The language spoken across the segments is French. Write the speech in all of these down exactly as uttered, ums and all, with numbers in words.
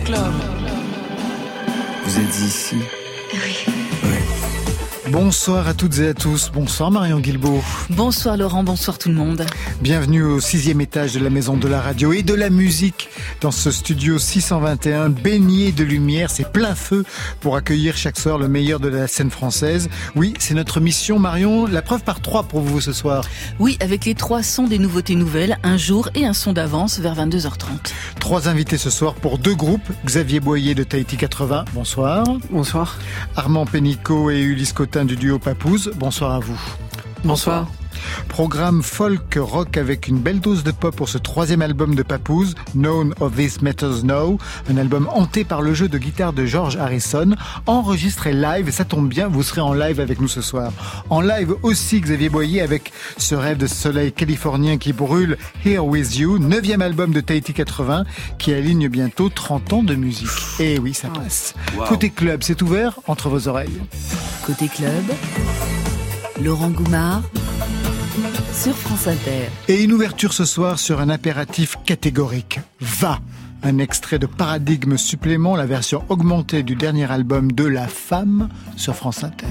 club. Vous êtes ici? Oui. Bonsoir à toutes et à tous. Bonsoir Marion Guilbault. Bonsoir Laurent, bonsoir tout le monde. Bienvenue au sixième étage de la maison de la radio et de la musique dans ce studio six cent vingt et un baigné de lumière. C'est plein feu pour accueillir chaque soir le meilleur de la scène française. Oui, c'est notre mission Marion. La preuve par trois pour vous ce soir. Oui, avec les trois sons des nouveautés nouvelles, un jour et un son d'avance vers vingt-deux heures trente. Trois invités ce soir pour deux groupes. Xavier Boyer de Tahiti quatre-vingts, bonsoir. Bonsoir. Armand Pénicaud et Ulysse Cotin du duo Papouze, bonsoir à vous. Bonsoir. Programme folk rock avec une belle dose de pop pour ce troisième album de Papouze, None of This Matters Now, un album hanté par le jeu de guitare de George Harrison, enregistré live, et ça tombe bien, vous serez en live avec nous ce soir. En live aussi Xavier Boyer avec ce rêve de soleil californien qui brûle, Here With You, neuvième album de Tahiti quatre-vingts, qui aligne bientôt trente ans de musique. Et oui, ça passe. Wow. Côté club, c'est ouvert entre vos oreilles. Côté club, Laurent Goumard sur France Inter. Et une ouverture ce soir sur un impératif catégorique. Va! Un extrait de Paradigme Supplément, la version augmentée du dernier album de La Femme sur France Inter.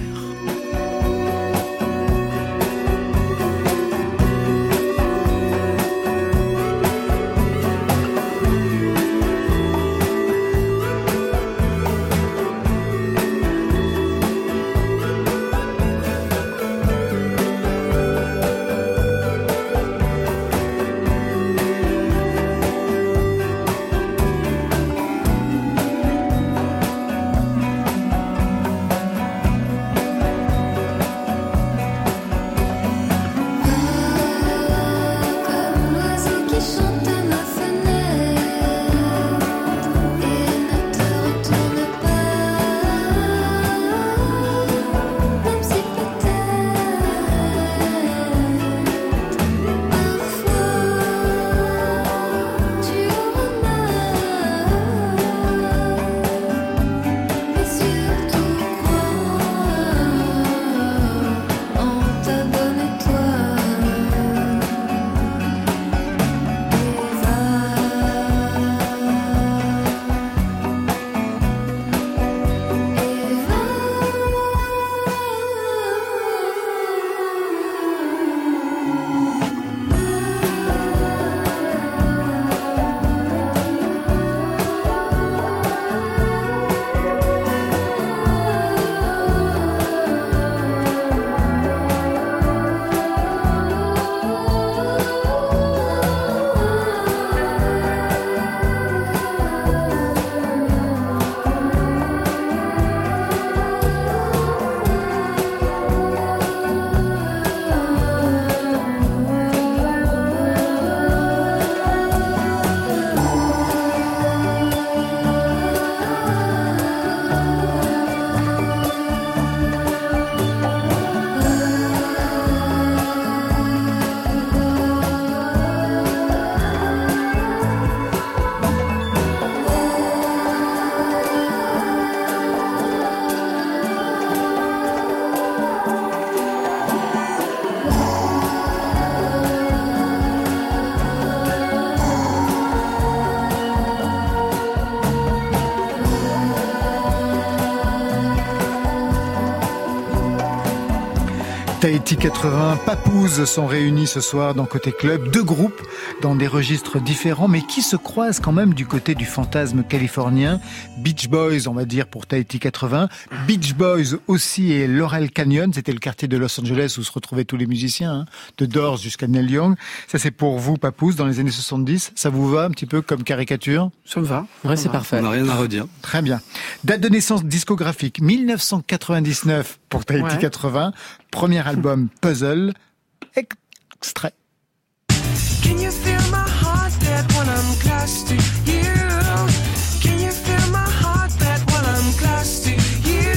Tahiti quatre-vingts, Papouze sont réunis ce soir dans Côté Club, deux groupes dans des registres différents mais qui se croisent quand même du côté du fantasme californien. Beach Boys, on va dire pour Tahiti quatre-vingts, Beach Boys aussi et Laurel Canyon, c'était le quartier de Los Angeles où se retrouvaient tous les musiciens, hein, de Doors jusqu'à Neil Young. Ça c'est pour vous Papouze dans les années soixante-dix, ça vous va un petit peu comme caricature? Ça me va, ouais, c'est parfait. On n'a rien à redire. Très bien. Date de naissance discographique, dix-neuf cent quatre-vingt-dix-neuf pour Tahiti ouais. quatre-vingts. Premier album Puzzle, extrait. Can you feel my heart beat when I'm close to you? Can you feel my heart beat when I'm close to you?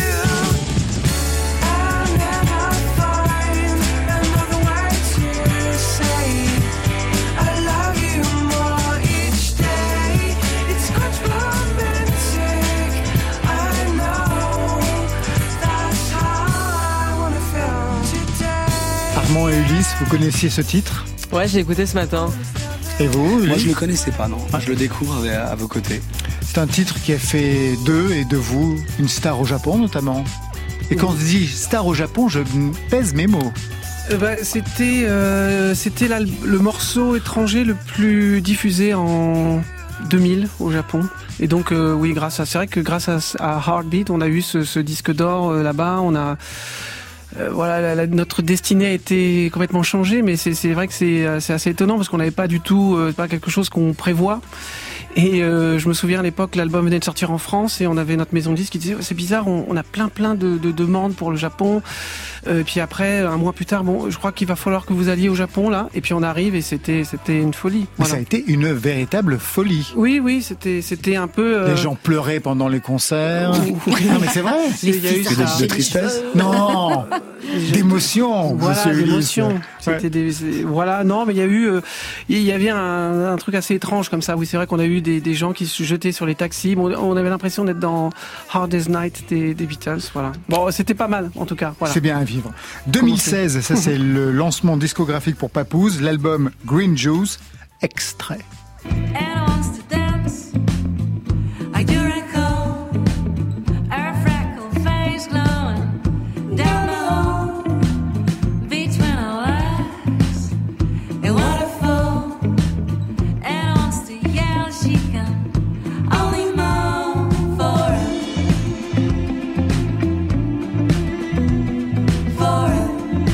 I'll never find another way to say I love you more each day. It's quite romantic, I know. That's how I wanna feel today. Armand et Ulysse, vous connaissiez ce titre? Ouais, j'ai écouté ce matin. Et vous, Ulysse? Moi, je le connaissais pas, non. Ah. Je le découvre à, à vos côtés. C'est un titre qui a fait d'eux et de vous une star au Japon notamment. Et quand on se dit star au Japon, je pèse mes mots. Euh, bah, c'était euh, c'était la, le morceau étranger le plus diffusé en deux mille au Japon. Et donc euh, oui, grâce à c'est vrai que grâce à, à Heartbeat, on a eu ce, ce disque d'or euh, là-bas. On a euh, voilà, la, la, notre destinée a été complètement changée, mais c'est, c'est vrai que c'est, c'est assez étonnant parce qu'on n'avait pas du tout, euh, pas quelque chose qu'on prévoit. Et euh, je me souviens à l'époque, l'album venait de sortir en France et on avait notre maison de disques qui disait oh, c'est bizarre, on, on a plein plein de, de demandes pour le Japon. Euh, et puis après, un mois plus tard, bon, je crois qu'il va falloir que vous alliez au Japon là. Et puis on arrive et c'était c'était une folie. Mais voilà. ça a été une véritable folie. Oui, oui, c'était c'était un peu. Euh... Les gens pleuraient pendant les concerts. Oui. Non mais c'est vrai. Les Il y a eu filles ça. s'arrachaient de les tristesse. cheveux. Non, d'émotion. Voilà, monsieur Ulysse. d'émotion. C'était Ouais. des, c'est- voilà, non, mais il y a eu, euh, il y avait un, un truc assez étrange comme ça. Oui, c'est vrai qu'on a eu des, des gens qui se jetaient sur les taxis. Bon, on avait l'impression d'être dans Hardest Night des, des Beatles. Voilà. Bon, c'était pas mal, en tout cas. Voilà. C'est bien à vivre. deux mille seize, ça c'est le lancement discographique pour Papoose, l'album Green Juice, extrait. And wants to dance like you recall her freckled face glowing down the hall between our eyes a waterfall and wants to yell she can only moan for it for it.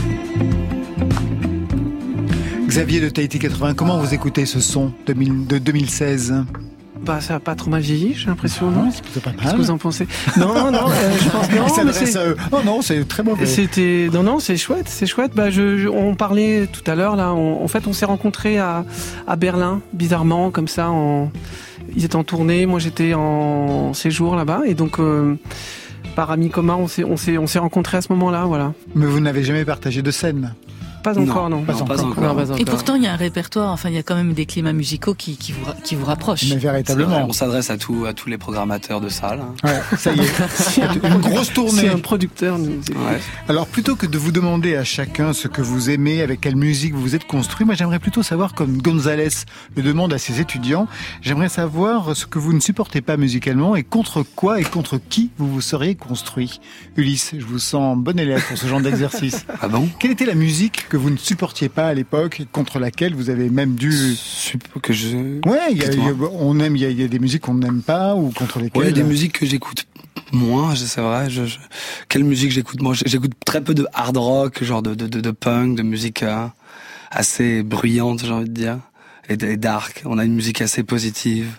Xavier de Tahiti quatre-vingts, comment vous écoutez ce son de mille- de deux mille seize? Bah, ça a pas trop mal vieilli, j'ai l'impression, non? C'est plutôt pas Qu'est-ce que mal. vous en pensez? Non, non, euh, je pense non. Il mais s'adresse c'est- à eux. Oh non, c'est très mauvais. C'était non non c'est chouette c'est chouette bah je, je- on parlait tout à l'heure là on- en fait on s'est rencontrés à à Berlin bizarrement comme ça en ils étaient en tournée moi j'étais en séjour là-bas et donc euh, par amis communs on s'est on s'est on s'est rencontrés à ce moment-là voilà Mais vous n'avez jamais partagé de scène. pas encore non, Pas non, encore. pas encore. Non, pas encore. Et pourtant, il y a un répertoire, enfin, il y a quand même des climats musicaux qui, qui, vous, qui vous rapprochent. Mais C'est vrai, véritablement. on s'adresse à, tout, à tous les programmateurs de salles. hein. Ouais, ça y est. Une grosse C'est tournée. un producteur nous Ouais. Alors plutôt que de vous demander à chacun ce que vous aimez, avec quelle musique vous vous êtes construit, moi j'aimerais plutôt savoir, comme Gonzalez le demande à ses étudiants, j'aimerais savoir ce que vous ne supportez pas musicalement et contre quoi et contre qui vous vous seriez construit. Ulysse, je vous sens bon élève pour ce genre d'exercice. Ah bon? Quelle était la musique que vous ne supportiez pas à l'époque et contre laquelle vous avez même dû... Sup- que je... Ouais, il y a, il y a- Dites-moi. on aime, il y, a, il y a des musiques qu'on n'aime pas ou contre lesquelles... Ouais, des musiques que j'écoute moins, je- c'est vrai. Je, je... Quelle musique j'écoute moi? J'écoute très peu de hard rock, genre de, de, de, de punk, de musique euh, assez bruyante, j'ai envie de dire, et, et dark. On a une musique assez positive.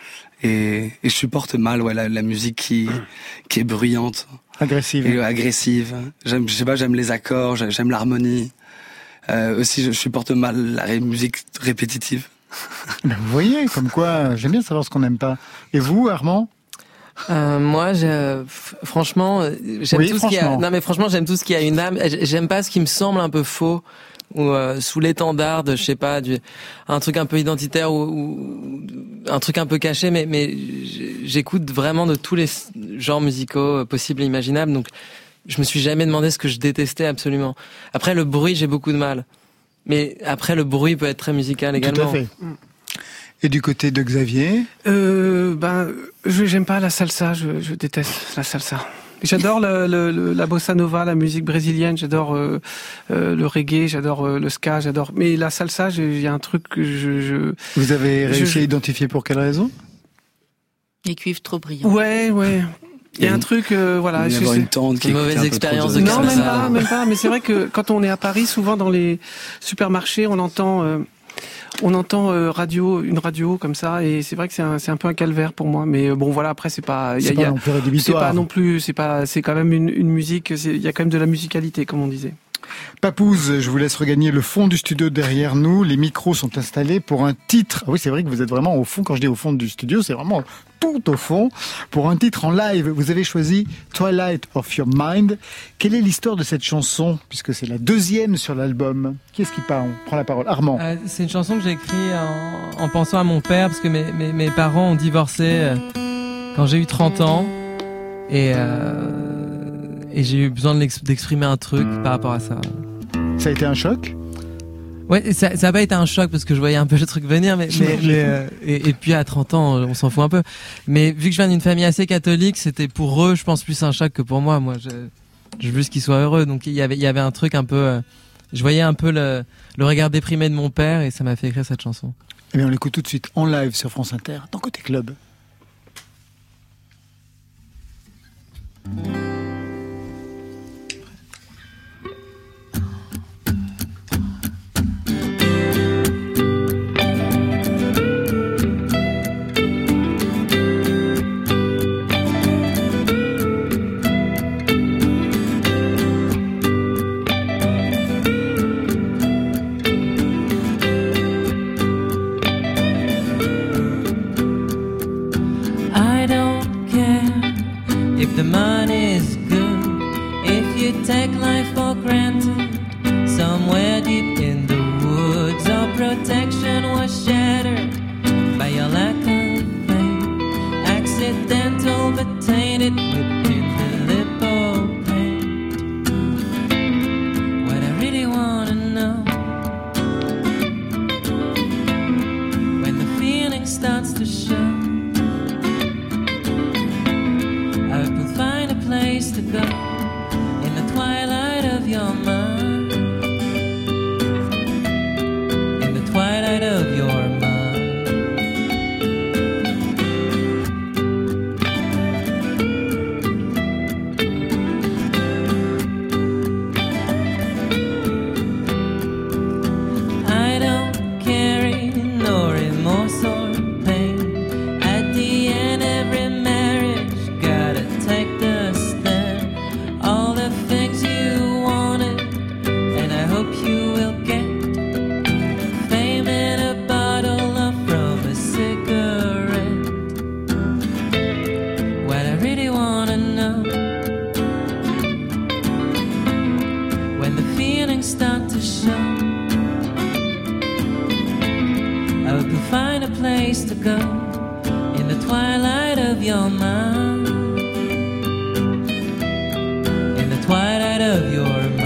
Et, et je supporte mal ouais, la, la musique qui, qui est bruyante Agressive. et agressive. J'aime, je sais pas, j'aime les accords, j'aime, j'aime l'harmonie. Euh, aussi, je supporte mal la ré- musique répétitive. Ben, vous voyez, comme quoi, j'aime bien savoir ce qu'on n'aime pas. Et vous, Armand? Euh, moi, je, f- franchement, euh, j'aime Oui, tout ce qui a. franchement. Non, mais franchement, j'aime tout ce qui a une âme. J- J'aime pas ce qui me semble un peu faux ou euh, sous l'étendard de, je sais pas, du, un truc un peu identitaire ou, ou un truc un peu caché. Mais, mais j- j'écoute vraiment de tous les s- genres musicaux possibles et imaginables. Donc, je me suis jamais demandé ce que je détestais absolument. Après, le bruit, j'ai beaucoup de mal. Mais après, le bruit peut être très musical également. Tout à fait. Et du côté de Xavier? euh, ben je j'aime pas la salsa je, je déteste la salsa. J'adore le, le, le- la bossa nova, la musique brésilienne, j'adore euh, euh, le reggae, j'adore euh, le ska, j'adore. Mais la salsa, j'ai- il y a un truc que je, je... Vous avez Je- réussi à identifier pour quelle raison? Les cuivres trop brillants. ouais, ouais. Il y a un truc, euh, voilà. Il y je a avoir sais- une tante qui Une écoute mauvaise un peu expérience trop de Non, Comme même ça. pas, même pas. Mais c'est vrai que quand on est à Paris, souvent dans les supermarchés, on entend, euh, on entend euh, radio, une radio comme ça, et c'est vrai que c'est un, c'est un peu un calvaire pour moi. Mais euh, bon, voilà. Après, c'est pas, il y a- C'est il pas y a- non plus c'est rédhibitoire. pas non plus, c'est pas, c'est quand même une, une musique. c'est- Il y a quand même de la musicalité, comme on disait. Papoose, je vous laisse regagner le fond du studio derrière nous. Les micros sont installés pour un titre. Ah oui, c'est vrai que vous êtes vraiment au fond. Quand je dis au fond du studio, c'est vraiment tout au fond. Pour un titre en live, vous avez choisi Twilight of Your Mind. Quelle est l'histoire de cette chanson, puisque c'est la deuxième sur l'album? Qui est-ce qui parle? On prend la parole. Armand. Euh, c'est une chanson que j'ai écrite en, en pensant à mon père, parce que mes, mes, mes parents ont divorcé euh, quand j'ai eu trente ans. Et, euh, et j'ai eu besoin de l'ex- d'exprimer un truc par rapport à ça. Ça a été un choc? Ouais, ça, ça a pas été un choc parce que je voyais un peu le truc venir, mais, mais, mais euh, et, et puis à trente ans, on s'en fout un peu. Mais vu que je viens d'une famille assez catholique, c'était pour eux, je pense, plus un choc que pour moi. Moi, je, je veux juste qu'ils soient heureux. Donc il y avait, il y avait un truc un peu, euh, je voyais un peu le, le regard déprimé de mon père et ça m'a fait écrire cette chanson. Eh bien, on l'écoute tout de suite en live sur France Inter, dans Côté Club. I don't care if the money's good, if you take life for granted. Somewhere deep in the woods, our protection was shattered by your lack of faith. Accidental but tainted with indelible pain. What I really wanna know, when the feeling starts to show, I hope you'll find a place to go in the twilight of your mind. In the twilight of your mind. I don't carry no remorse or pain. At the end, every marriage gotta take the stand. All the things you wanted, and I hope you will get. Fame in a bottle or from a cigarette. What I really wanna know, when the feelings start to show, I hope you'll find a place to go in the twilight of your mind. In the twilight of your mind.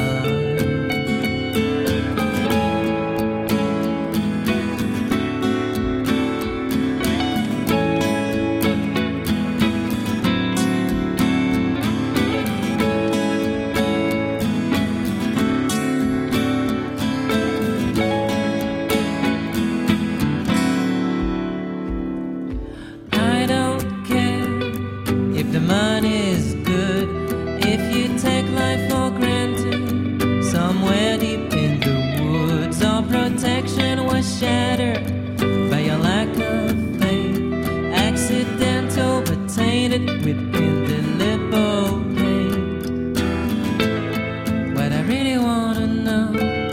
I don't care if the money's good, if you take life for granted. Somewhere deep in the woods, our protection was shattered by your lack of faith. Accidental but tainted with indelible pain. What I really wanna know,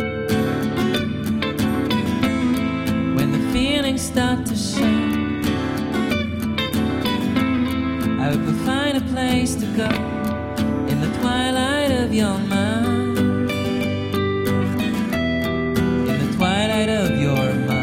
when the feelings start to show, I hope you'll find a place to go in the twilight of your mind. In the twilight of your mind.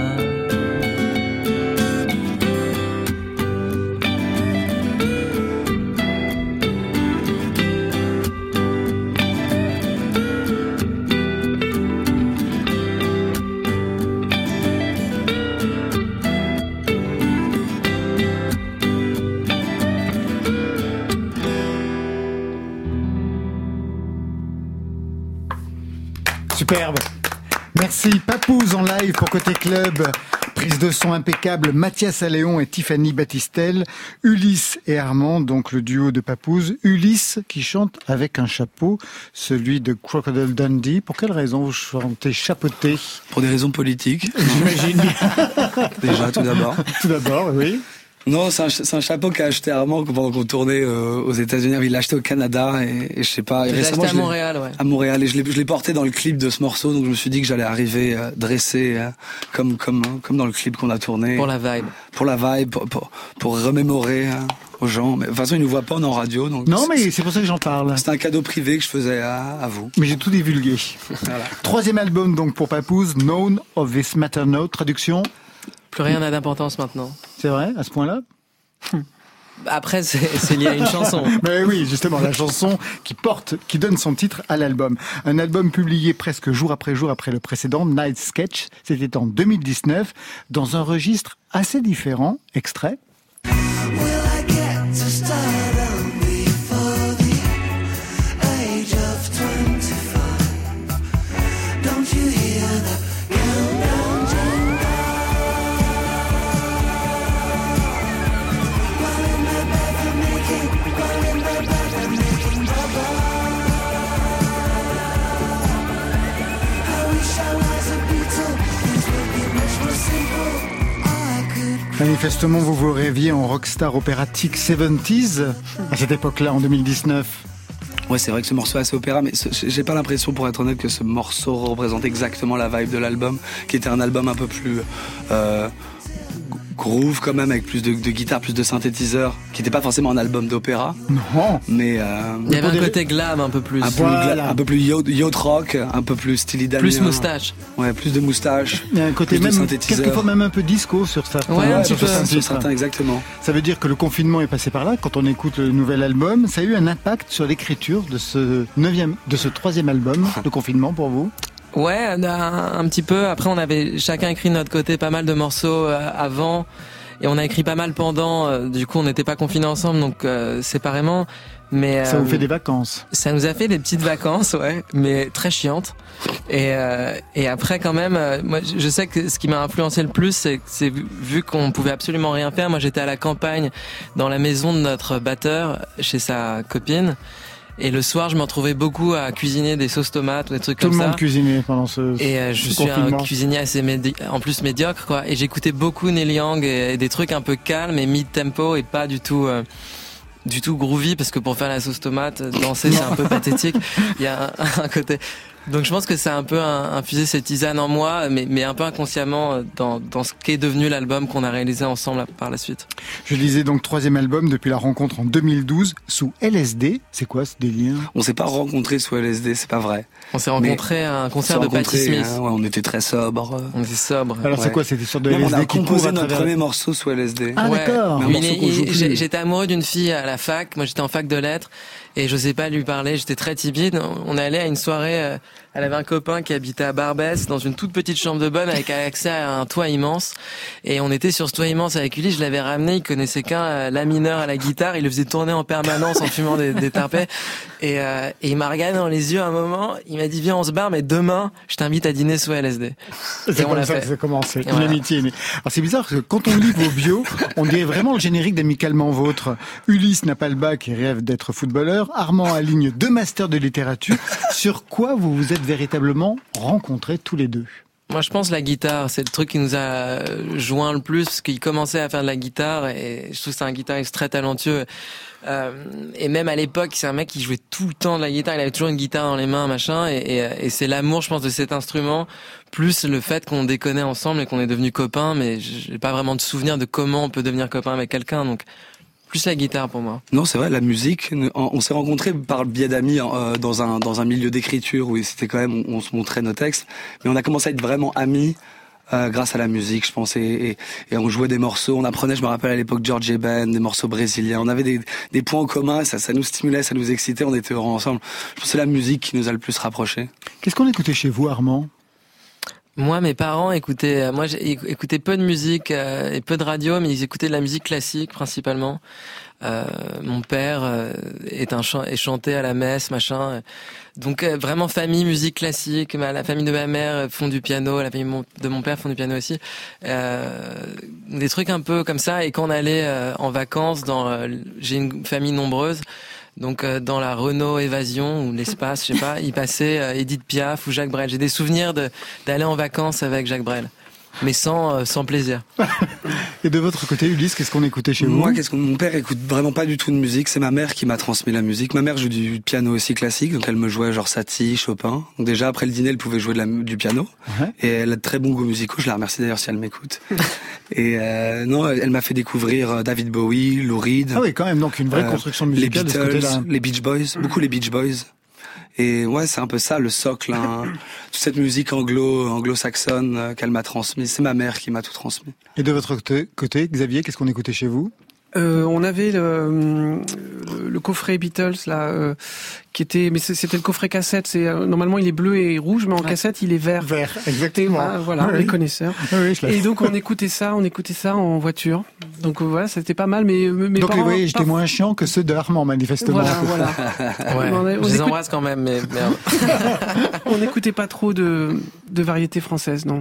Superbe. Merci. Papouze en live pour Côté Club. Prise de son impeccable, Mathias Alléon et Tiffany Battistel. Ulysse et Armand, donc le duo de Papouze. Ulysse qui chante avec un chapeau, celui de Crocodile Dundee. Pour quelle raison vous chantez chapeauté? Pour des raisons politiques. J'imagine. Déjà, tout d'abord. Tout d'abord, oui. Non, c'est un, c'est un chapeau qu'a acheté Armand pendant qu'on tournait euh, aux États-Unis. Il l'a acheté au Canada et, et je sais pas. Tu l'as récemment, acheté à je l'ai- Montréal, ouais. À Montréal, et je l'ai, je l'ai porté dans le clip de ce morceau, donc je me suis dit que j'allais arriver euh, dressé euh, comme comme comme dans le clip qu'on a tourné. Pour la vibe. Pour la vibe, pour pour, pour remémorer hein, aux gens. Mais de toute façon, ils nous voient pas, on est en radio, donc. Non, c'est- mais c'est pour ça que j'en parle. c'est un cadeau privé que je faisais à, à vous. Mais j'ai tout divulgué. Voilà. Troisième album donc pour Papouze, None of This Matter Now. Traduction, Plus rien n'a d'importance maintenant. c'est vrai, à ce point-là? Après, c'est, c'est lié à une chanson. Mais oui, justement, la chanson qui porte, qui donne son titre à l'album. Un album publié presque jour après jour après le précédent, Night Sketch. C'était en deux mille dix-neuf, dans un registre assez différent. Extrait. Will I get to stardom before the age of twenty-five? Don't you hear the countdown jingle? While in my bed for making, while in my bed for making bubble. I wish I was a Beatle, things would be much more simple. Manifestement, vous vous rêviez en rockstar opératique soixante-dix à cette époque-là, en deux mille dix-neuf. Ouais, c'est vrai que ce morceau est assez opéra, mais ce, j'ai pas l'impression, pour être honnête, que ce morceau représente exactement la vibe de l'album, qui était un album un peu plus euh, groove quand même, avec plus de, de guitare, plus de synthétiseurs, qui n'était pas forcément un album d'opéra. Non. Mais euh, il y avait un côté glam un peu plus. Un peu, voilà. gla- un peu plus yacht, yacht rock, un peu plus stylé d'année. Plus moustache. Ouais, plus de moustache. Il y a un côté plus même, de synthétiseurs. quelquefois même un peu disco sur certains. Ouais, un petit sur peu. certains Sur titres. certains, exactement. Ça veut dire que le confinement est passé par là. Quand on écoute le nouvel album, ça a eu un impact sur l'écriture de ce neuvième, de ce troisième album, le confinement pour vous? Ouais, un, un petit peu. Après, on avait chacun écrit de notre côté pas mal de morceaux euh, avant. Et on a écrit pas mal pendant, euh, du coup on n'était pas confinés ensemble, donc euh, séparément. Mais Ça euh, vous fait des vacances? Ça nous a fait des petites vacances, ouais, mais très chiantes. Et euh, et après quand même, euh, moi je sais que ce qui m'a influencé le plus, c'est c'est vu, vu qu'on pouvait absolument rien faire. Moi j'étais à la campagne, dans la maison de notre batteur, chez sa copine. Et le soir, je me retrouvais beaucoup à cuisiner des sauces tomates ou des trucs Tout comme le ça. monde cuisinait pendant ce, Et euh, je ce suis confinement. un cuisinier assez médi- en plus médiocre, quoi. Et j'écoutais beaucoup Neil Young et, et des trucs un peu calmes et mid-tempo et pas du tout, euh, du tout groovy, parce que pour faire la sauce tomate, danser c'est un peu pathétique. Il y a un, un côté. Donc je pense que ça a un peu infusé cette tisane en moi, mais, mais un peu inconsciemment dans, dans ce qu'est devenu l'album qu'on a réalisé ensemble par la suite. Je disais donc troisième album depuis la rencontre en deux mille douze sous L S D. C'est quoi ce délire? On s'est pas rencontrés sous L S D, c'est pas vrai. On s'est rencontrés à un concert On s'est de Patti rencontrés, Smith. hein, ouais, on était très sobres. On était sobres. Alors c'est Ouais. quoi? C'était sur de Même L S on D a qui court composé à notre travers... premier morceau sous L S D. Ah Ouais. d'accord. Mais un Il morceau est- qu'on joue il- plus. j'ai- J'étais amoureux d'une fille à la fac. Moi, j'étais en fac de lettres et j'osais pas lui parler. J'étais très timide. On est allé à une soirée. euh, Elle avait un copain qui habitait à Barbès, dans une toute petite chambre de bonne avec accès à un toit immense. Et on était sur ce toit immense avec lui. Je l'avais ramené. Il connaissait qu'un euh, la mineur à la guitare. Il le faisait tourner en permanence en fumant des, des tarpets. Et, euh, et il m'a regardé dans les yeux un moment. Il m'a dit, viens, on se barre, mais demain, je t'invite à dîner sous L S D. C'est Et on comme l'a ça fait. que ça a commencé. Et Une voilà. amitié est née. Alors c'est bizarre parce que quand on lit vos bios, on dirait vraiment le générique d'Amicalement Vôtre. Ulysse n'a pas le bac et rêve d'être footballeur. Armand aligne deux masters de littérature. Sur quoi vous vous êtes véritablement rencontrés tous les deux? Moi, je pense la guitare, c'est le truc qui nous a joint le plus, parce qu'il commençait à faire de la guitare, et je trouve que c'est un guitariste très talentueux. Euh, et même à l'époque, c'est un mec qui jouait tout le temps de la guitare, il avait toujours une guitare dans les mains, machin, et, et, et c'est l'amour, je pense, de cet instrument, plus le fait qu'on déconnait ensemble et qu'on est devenus copains, mais j'ai pas vraiment de souvenir de comment on peut devenir copain avec quelqu'un, donc plus la guitare pour moi. Non, c'est vrai, la musique, on, on s'est rencontrés par le biais d'amis euh, dans un dans un milieu d'écriture où c'était quand même, on, on se montrait nos textes, mais on a commencé à être vraiment amis euh, grâce à la musique, je pense, et, et, et on jouait des morceaux, on apprenait, je me rappelle à l'époque George Ben, des morceaux brésiliens, on avait des des points communs, ça ça nous stimulait, ça nous excitait, on était heureux ensemble. Je pense que c'est la musique qui nous a le plus rapprochés. Qu'est-ce qu'on écoutait chez vous, Armand? Moi, mes parents écoutaient, moi, j'ai écouté peu de musique euh, et peu de radio, mais ils écoutaient de la musique classique principalement. Euh, mon père euh, est un chan- est chanté à la messe, machin. Donc euh, vraiment famille musique classique. Ma, la famille de ma mère font du piano, la famille de mon, de mon père font du piano aussi. Euh, des trucs un peu comme ça. Et quand on allait euh, en vacances, dans, euh, j'ai une famille nombreuse. Donc euh, dans la Renault Évasion ou l'espace, je sais pas, il passait euh, Edith Piaf ou Jacques Brel. J'ai des souvenirs de d'aller en vacances avec Jacques Brel, mais sans euh, sans plaisir. Et de votre côté, Ulysse, qu'est-ce qu'on écoutait chez vous? Moi, qu'est-ce que mon père écoute vraiment pas du tout de musique. C'est ma mère qui m'a transmis la musique. Ma mère joue du piano aussi classique, donc elle me jouait genre Satie, Chopin. Donc déjà après le dîner, elle pouvait jouer de la, du piano. Ouais. Et elle a de très bons goûts musicaux. Je la remercie d'ailleurs si elle m'écoute. Et euh, non, elle m'a fait découvrir David Bowie, Lou Reed. Ah oui, quand même, donc une vraie euh, construction les musicale de ce Beatles, côté-là. les Beach Boys, beaucoup les Beach Boys. Et ouais, c'est un peu ça le socle, hein. Toute cette musique anglo, anglo-saxonne euh, qu'elle m'a transmise. C'est ma mère qui m'a tout transmis. Et de votre côté, côté, Xavier, qu'est-ce qu'on écoutait chez vous? Euh, on avait le, le, le coffret Beatles là, euh, qui était, mais c'était le coffret cassette. C'est euh, normalement il est bleu et rouge, mais en Ouais. cassette il est vert. Vert, exactement. Ah, voilà, Oui. les connaisseurs. Oui, oui, je l'ai. Et donc on écoutait ça, on écoutait ça en voiture. Donc euh, voilà, c'était pas mal. Mais mes Donc les parents, voyages étaient pas- moins chiants que ceux de Armand, manifestement. Voilà, voilà. Ouais. On, Je on les écoute- embrasse quand même, mais merde. on n'écoutait pas trop de, de variétés françaises, non.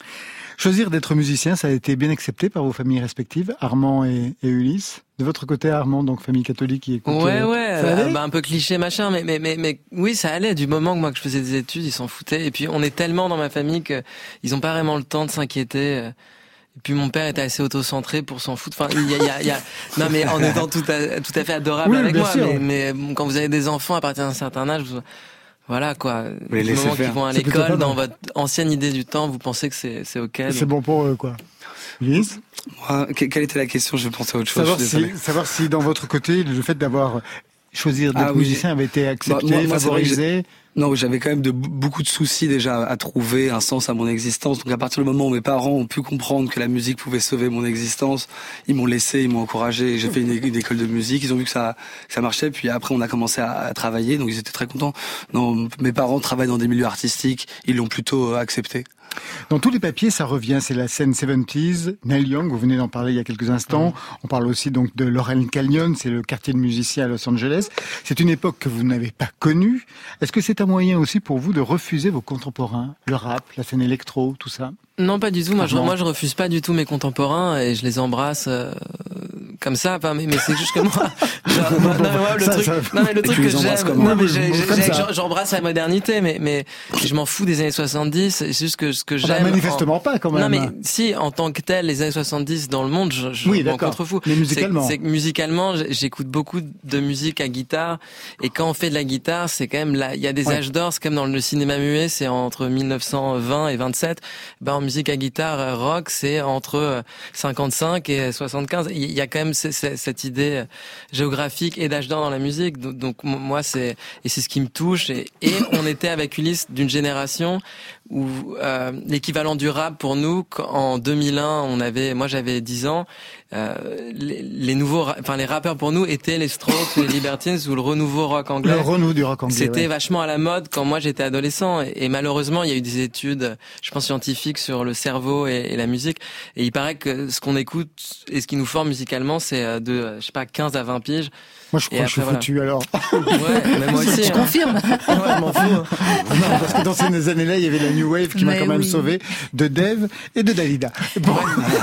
Choisir d'être musicien, ça a été bien accepté par vos familles respectives, Armand et, et Ulysse. De votre côté, Armand, donc famille catholique qui écoute. Ouais, euh, ouais, ça allait euh, bah, un peu cliché, machin, mais, mais, mais, mais oui, ça allait. Du moment que moi que je faisais des études, ils s'en foutaient. Et puis, on est tellement dans ma famille que ils ont pas vraiment le temps de s'inquiéter. Et puis, mon père était assez auto-centré pour s'en foutre. Enfin, il y a, il y a, il y a... non, mais en étant tout à, tout à fait adorable Oui, avec bien moi. sûr. Mais, mais bon, quand vous avez des enfants à partir d'un certain âge, vous... voilà, quoi. Vous les Du laissez moment faire. qu'ils vont à C'est plutôt pas l'école, dans mal. votre ancienne idée du temps, vous pensez que c'est, c'est ok. C'est donc- bon pour eux, quoi. Ulysse, Moi, que- quelle était la question? Je pensais à autre chose. savoir je suis désolé. si, savoir si dans votre côté, le fait d'avoir choisir d'être Ah oui. musicien avait été accepté, Bah, moi- moi, c'est vrai que favorisé. Non, j'avais quand même de, beaucoup de soucis déjà à trouver un sens à mon existence. Donc à partir du moment où mes parents ont pu comprendre que la musique pouvait sauver mon existence, ils m'ont laissé, ils m'ont encouragé. J'ai fait une, une école de musique, ils ont vu que ça, que ça marchait. Puis après, on a commencé à, à travailler, donc ils étaient très contents. Non, mes parents travaillent dans des milieux artistiques, ils l'ont plutôt euh, accepté. Dans tous les papiers, ça revient, c'est la scène soixante-dix, Neil Young, vous venez d'en parler il y a quelques instants. On parle aussi donc de Laurel Canyon, c'est le quartier de musiciens à Los Angeles. C'est une époque que vous n'avez pas connue. Est-ce que c'est un moyen aussi pour vous de refuser vos contemporains, le rap, la scène électro, tout ça? Non, pas du tout. Moi, je, Armand. moi, je refuse pas du tout mes contemporains et je les embrasse euh, comme ça. Enfin, mais, mais c'est juste que moi, genre, moi, non, mais moi, le Ça, truc, ça- non, mais le Et truc tu que les embrasses j'aime, comment? non, mais Oui, j'ai- j'ai- comme j'ai- ça. j'en- j'embrasse la modernité, mais mais je m'en fous des années soixante-dix. C'est juste que ce que Ah bah, j'aime. manifestement en- pas, quand même. Non, mais si, en tant que tel, les années soixante-dix dans le monde, je, je Oui, m'en d'accord. contrefous. Mais C'est- musicalement. c'est que musicalement, j'- j'écoute beaucoup de musique à guitare, et quand on fait de la guitare, c'est quand même là, il y a des Ouais. âges d'or, c'est comme dans le cinéma muet, c'est entre mille neuf cent vingt et vingt-sept. Ben, en musique à guitare euh, rock, c'est entre euh, cinquante-cinq et soixante-quinze. Il y a quand même c- c- cette idée euh, géographique et d'âge d'or dans la musique. Donc, donc, m- moi, c'est et c'est ce qui me touche. Et, et on était avec Ulysse d'une génération où euh, l'équivalent du rap pour nous, quand- en deux mille un, on avait, moi j'avais dix ans. Euh, les, les nouveaux, ra- enfin les rappeurs pour nous étaient les Strokes, les Libertines ou le renouveau rock anglais. Le renouveau du rock anglais. C'était ouais. vachement à la mode quand moi j'étais adolescent et, et malheureusement il y a eu des études, je pense scientifiques sur le cerveau et, et la musique et il paraît que ce qu'on écoute et ce qui nous forme musicalement c'est euh, de euh, je sais pas quinze à vingt piges. Moi, je crois Et que je suis après, foutu, alors. Ouais, mais moi aussi. Je hein. confirme. Ouais, je m'en fous. hein. Non, parce que dans ces années-là, il y avait la New Wave qui m'a Mais quand même oui. sauvé de Dave et de Dalida. Bon.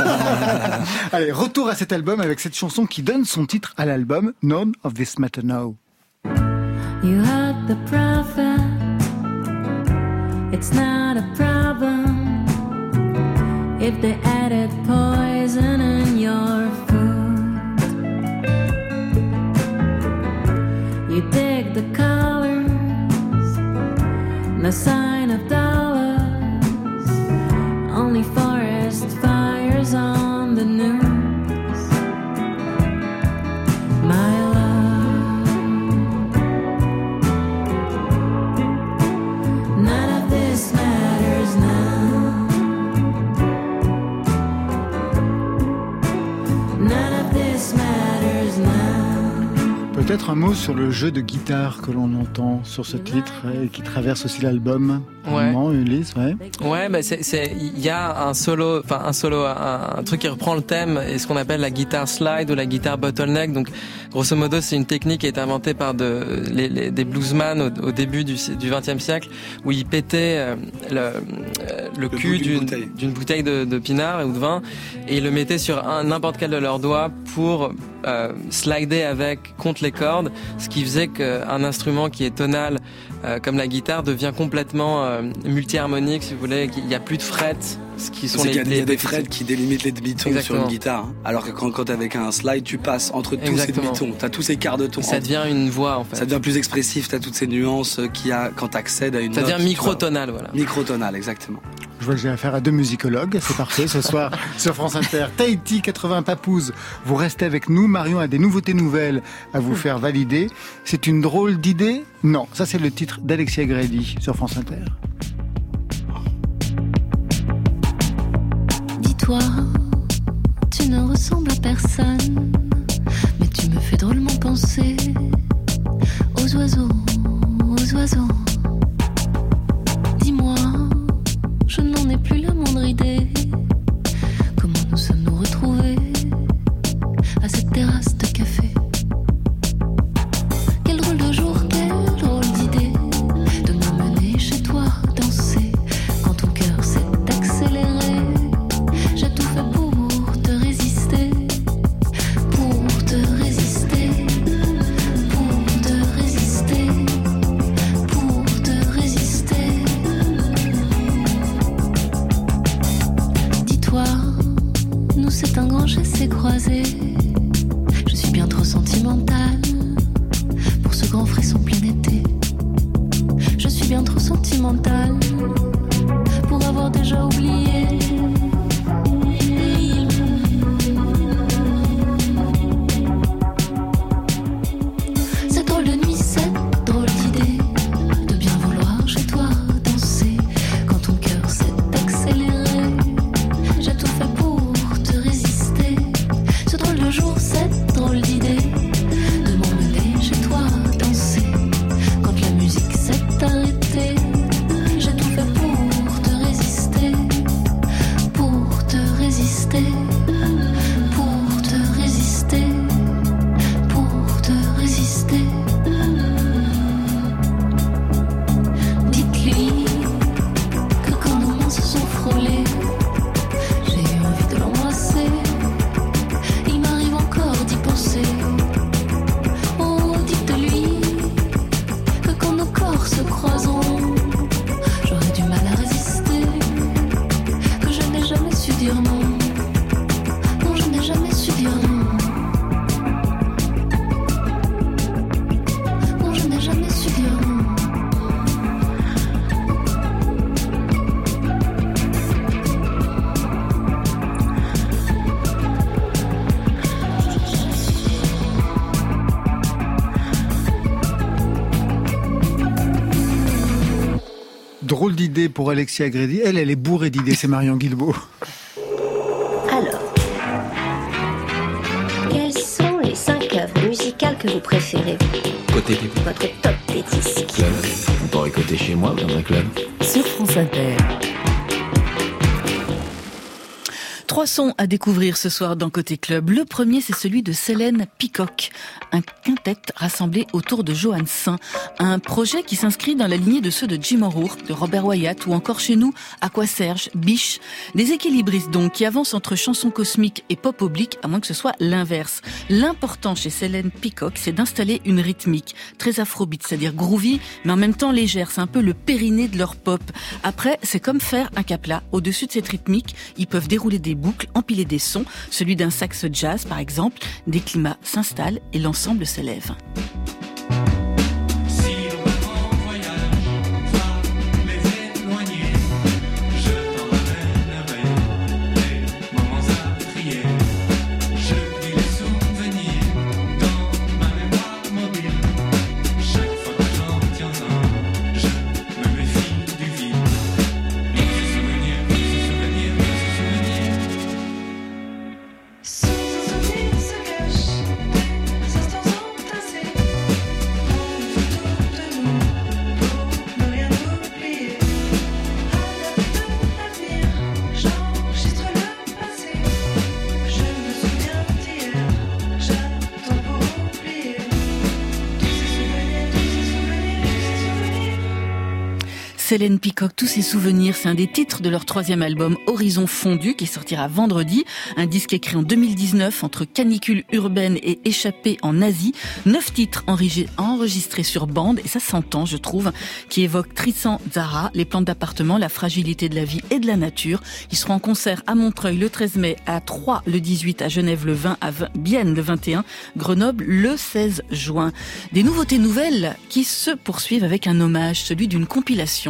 Allez, retour à cet album avec cette chanson qui donne son titre à l'album, None of This Matter Now. You heard the prophet. It's not a problem if they added poison in your food. You dig the colors, no sign of dollars, only forest fires on the news. My love, none of this matters now. None of this matters now. Peut-être un mot sur le jeu de guitare que l'on entend sur ce titre et qui traverse aussi l'album. Ouais. Armand, Ulysse, ouais. Ouais, bah c'est, c'est, il y a un solo, enfin un solo, un, un truc qui reprend le thème et ce qu'on appelle la guitare slide ou la guitare bottleneck. Donc, grosso modo, c'est une technique qui a été inventée par de, les, les, des bluesman au, au début du, du vingtième siècle où ils pétaient euh, le, euh, le, Le cul bout d'une d'une, bouteille. d'une bouteille de, de pinard ou de vin et ils le mettaient sur un, n'importe quel de leurs doigts pour euh, slider avec contre les cordes, ce qui faisait qu'un instrument qui est tonal euh, comme la guitare devient complètement euh, multi-harmonique, si vous voulez. Il n'y a plus de frettes, ce qui sont C'est les, qu'il y a, il y a les- des frettes qui délimitent les demi-tons sur Exactement. une guitare. hein. Alors que quand, quand t'es avec un slide, tu passes entre tous Exactement. ces demi-tons. T'as tous ces quarts de ton. Ça devient une voix en fait. Ça devient plus expressif, t'as toutes ces nuances euh, qu'il y a quand t'accèdes à une Ça note. devient microtonal, voilà. Microtonal, exactement. Je vois que j'ai affaire à deux musicologues, c'est parfait. Ce soir, sur France Inter, Tahiti quatre-vingts Papouze. Vous restez avec nous. Marion a des nouveautés nouvelles à vous faire valider. C'est une drôle d'idée? Non, ça c'est le titre d'Alexia Grady sur France Inter. Dis-toi, tu ne ressembles à personne. penser aux oiseaux, aux oiseaux. Dis-moi, je n'en ai plus la moindre idée. Comment nous sommes-nous retrouvés à cette terrasse de café? Quel drôle de jour, quelle drôle d'idée de m'emmener chez toi danser. Quand ton cœur s'est accéléré, j'ai tout fait pour te résister, pour te résister, pour te résister, pour te résister. Dis-toi, nous c'est un grand chassé croisé. Je suis bien trop sentimentale pour ce grand frisson plein été. Je suis bien trop sentimentale pour avoir déjà oublié. Cette drôle de nuit, cette drôle d'idée de bien vouloir chez toi danser. Quand ton cœur s'est accéléré, j'ai tout fait pour te résister. Ce drôle de jour, cette drôle d'idée de m'emmener chez toi danser. Quand la musique s'est arrêtée, j'ai tout fait pour te résister, pour te résister, pour te résister, pour te résister. Dites-lui que quand nos mains se sont frôlées, j'ai eu envie de l'embrasser. Il m'arrive encore d'y penser. Oh, dites-lui que quand nos corps se croiseront, j'aurai du mal à résister. Que je n'ai jamais su dire non. Non, je n'ai jamais su dire non. Non, je n'ai jamais su dire non. Drôle d'idée pour Alexia Grédy. Elle, elle est bourrée d'idées, c'est Marion Guilbault. Alors, quelles sont les cinq œuvres musicales que vous préférez? Côté Votre top des disques. club. On pourrait côté chez moi dans un club. Sur France Inter. Trois sons à découvrir ce soir dans Côté Club. Le premier, c'est celui de Célène Peacock, un quintet rassemblé autour de Johann Saint. Un projet qui s'inscrit dans la lignée de ceux de Jim O'Rourke, de Robert Wyatt ou encore chez nous, Aquaserge, Biche. Des équilibristes donc qui avancent entre chansons cosmiques et pop oblique, à moins que ce soit l'inverse. L'important chez Célène Peacock, c'est d'installer une rythmique très afrobeat, c'est-à-dire groovy, mais en même temps légère. C'est un peu le périnée de leur pop. Après, c'est comme faire un capla. Au-dessus de cette rythmique, ils peuvent dérouler des boucles, empiler des sons, celui d'un sax jazz par exemple. Des climats s'installent et l'ensemble s'élève. Célène Peacock, tous ses souvenirs, c'est un des titres de leur troisième album Horizon Fondu qui sortira vendredi. Un disque écrit en deux mille dix-neuf entre canicule urbaine et échappée en Asie. Neuf titres enregistrés sur bande, et ça s'entend, je trouve, qui évoquent Tristan Tzara, les plantes d'appartement, la fragilité de la vie et de la nature. Ils seront en concert à Montreuil le treize mai, à Troyes le dix-huit, à Genève le vingt, à Bienne le vingt et un, Grenoble le seize juin. Des nouveautés nouvelles qui se poursuivent avec un hommage, celui d'une compilation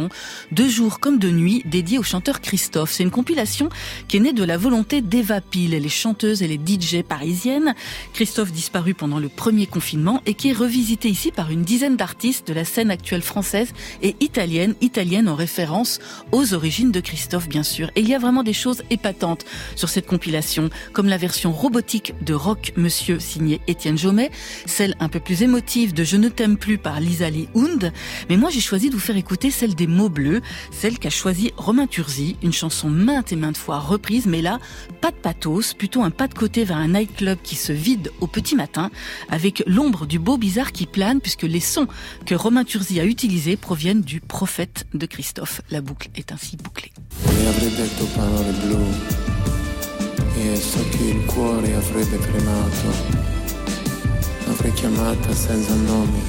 compilation de jour comme de nuit dédiée au chanteur Christophe. C'est une compilation qui est née de la volonté d'Eva Peel, les chanteuses et les D J parisiennes. Christophe disparu pendant le premier confinement et qui est revisité ici par une dizaine d'artistes de la scène actuelle française et italienne, italienne en référence aux origines de Christophe bien sûr. Et il y a vraiment des choses épatantes sur cette compilation, comme la version robotique de Rock Monsieur signée Étienne Jomet, celle un peu plus émotive de Je ne t'aime plus par Lisa Lee Hund, mais moi j'ai choisi de vous faire écouter celle des mots bleus, celle qu'a choisie Romain Turzi, une chanson maintes et maintes fois reprise, mais là, pas de pathos, plutôt un pas de côté vers un nightclub qui se vide au petit matin, avec l'ombre du beau bizarre qui plane, puisque les sons que Romain Turzi a utilisés proviennent du prophète de Christophe. La boucle est ainsi bouclée. Mi avrei detto parole blu e so che il cuore avrebbe tremato, l'avrei chiamata senza nome.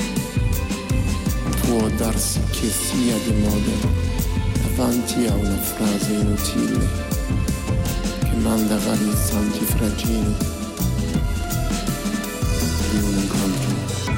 Può darsi che sia di moda davanti a una frase inutile che manda vari istanti fragili di un incontro.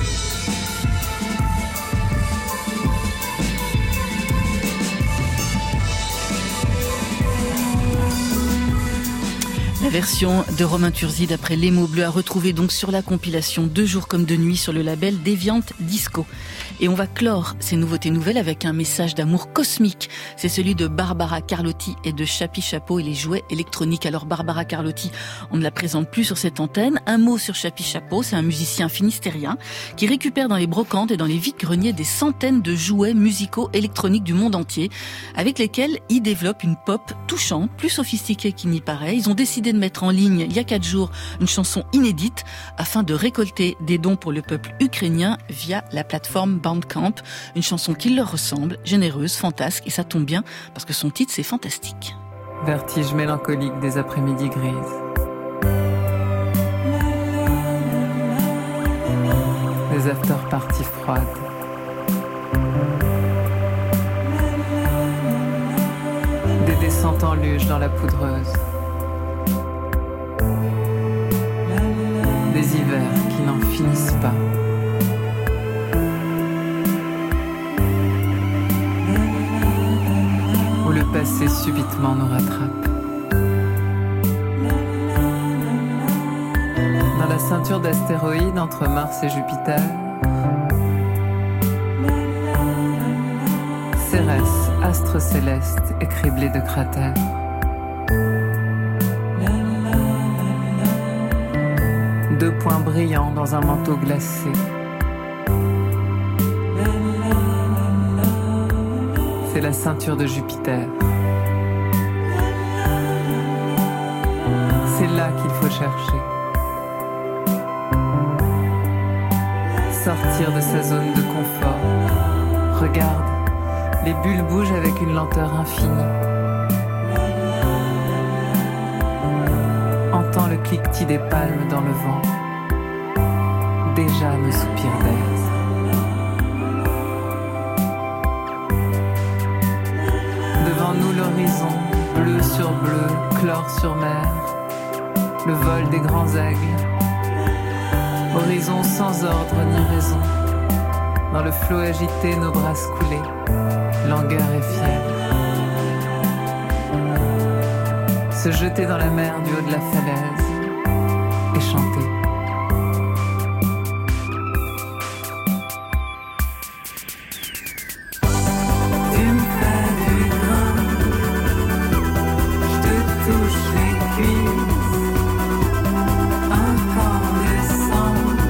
La version de Romain Turzi d'après Les mots bleus à retrouver donc sur la compilation Deux jours comme de nuit sur le label Deviant Disco. Et on va clore ces nouveautés nouvelles avec un message d'amour cosmique. C'est celui de Barbara Carlotti et de Chapi Chapeau et les jouets électroniques. Alors Barbara Carlotti, on ne la présente plus sur cette antenne. Un mot sur Chapi Chapeau, c'est un musicien finistérien qui récupère dans les brocantes et dans les vides-greniers des centaines de jouets musicaux électroniques du monde entier avec lesquels il développe une pop touchante, plus sophistiquée qu'il n'y paraît. Ils ont décidé de mettre en ligne il y a quatre jours une chanson inédite afin de récolter des dons pour le peuple ukrainien via la plateforme Bandcamp. Une chanson qui leur ressemble, généreuse, fantasque, et ça tombe bien parce que son titre c'est fantastique. Vertige mélancolique des après-midi grises. Des after-parties froides. Des descentes en luge dans la poudreuse. Des hivers qui n'en finissent pas. Où le passé subitement nous rattrape. Dans la ceinture d'astéroïdes entre Mars et Jupiter, Cérès, astre céleste écriblé de cratères. Deux points brillants dans un manteau glacé. C'est la ceinture de Jupiter. C'est là qu'il faut chercher. Sortir de sa zone de confort. Regarde, les bulles bougent avec une lenteur infinie. Entends le cliquetis des palmes dans le vent. Déjà me soupire d'aise. Devant nous l'horizon, bleu sur bleu, chlore sur mer. Le vol des grands aigles. Horizon sans ordre ni raison. Dans le flot agité, nos bras coulés. Langueur et fièvre. Se jeter dans la mer du haut de la falaise et chanter. Tu me fais du grain, je te touche les cuisses, incandescence,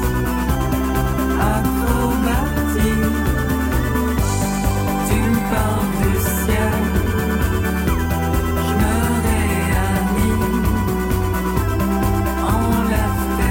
acrobatie. Tu me parles du ciel. Enlève tes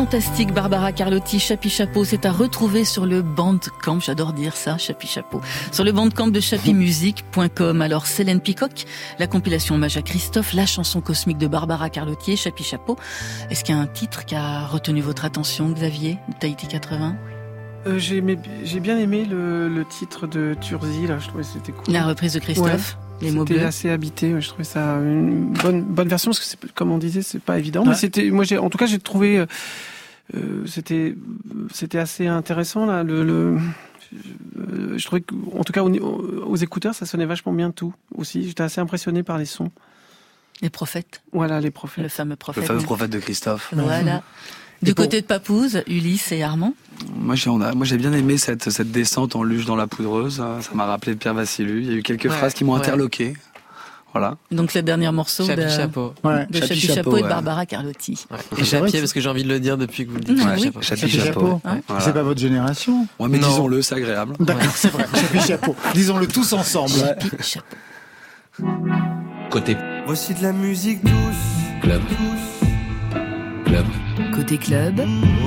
fantastique Barbara Carlotti, Chapi Chapeau, c'est à retrouver sur le Bandcamp, j'adore dire ça, Chapi Chapeau, sur le Bandcamp de chapi musique point com. Alors Célène Picoc, la compilation hommage à Christophe, la chanson cosmique de Barbara Carlotti, Chapi Chapeau. Est-ce qu'il y a un titre qui a retenu votre attention, Xavier, de Tahiti quatre-vingts? euh, j'ai, aimé, j'ai bien aimé le, le titre de Turzi, là, je trouvais que c'était cool. La reprise de Christophe. Ouais. Les mots c'était bleus. assez habité, ouais, je trouvais ça une bonne bonne version parce que c'est, comme on disait, c'est pas évident. Ouais. Mais c'était, moi j'ai, en tout cas, j'ai trouvé, euh, c'était c'était assez intéressant là. Le, le je, je trouvais qu'en tout cas aux, aux écouteurs, ça sonnait vachement bien tout aussi. J'étais assez impressionné par les sons. Les prophètes. Voilà, les prophètes. Le fameux prophète. Le fameux prophète de Christophe. Voilà. Du pour... côté de Papouze, Ulysse et Armand. Moi j'ai, on a, moi j'ai bien aimé cette, cette descente en luge dans la poudreuse. Ça m'a rappelé Pierre Vassilou. Il y a eu quelques ouais, phrases qui m'ont ouais. interloqué. Voilà. Donc le dernier morceau Chapi de, Chapeau. Ouais. de Chapi, Chapi Chapeau, Chapeau et de ouais. Barbara Carlotti. Ouais. Et Chapier parce que j'ai envie de le dire depuis que vous le dites. Ouais, oui. Chapi, Chapi Chapeau. Chapeau. Ouais. Voilà. C'est pas votre génération. Ouais, mais non. disons-le, c'est agréable. D'accord, ouais. c'est vrai. Chapi Chapeau. Disons-le tous ensemble. Chapi Chapeau. Côté. Voici de la musique douce. Club. Club. Côté club.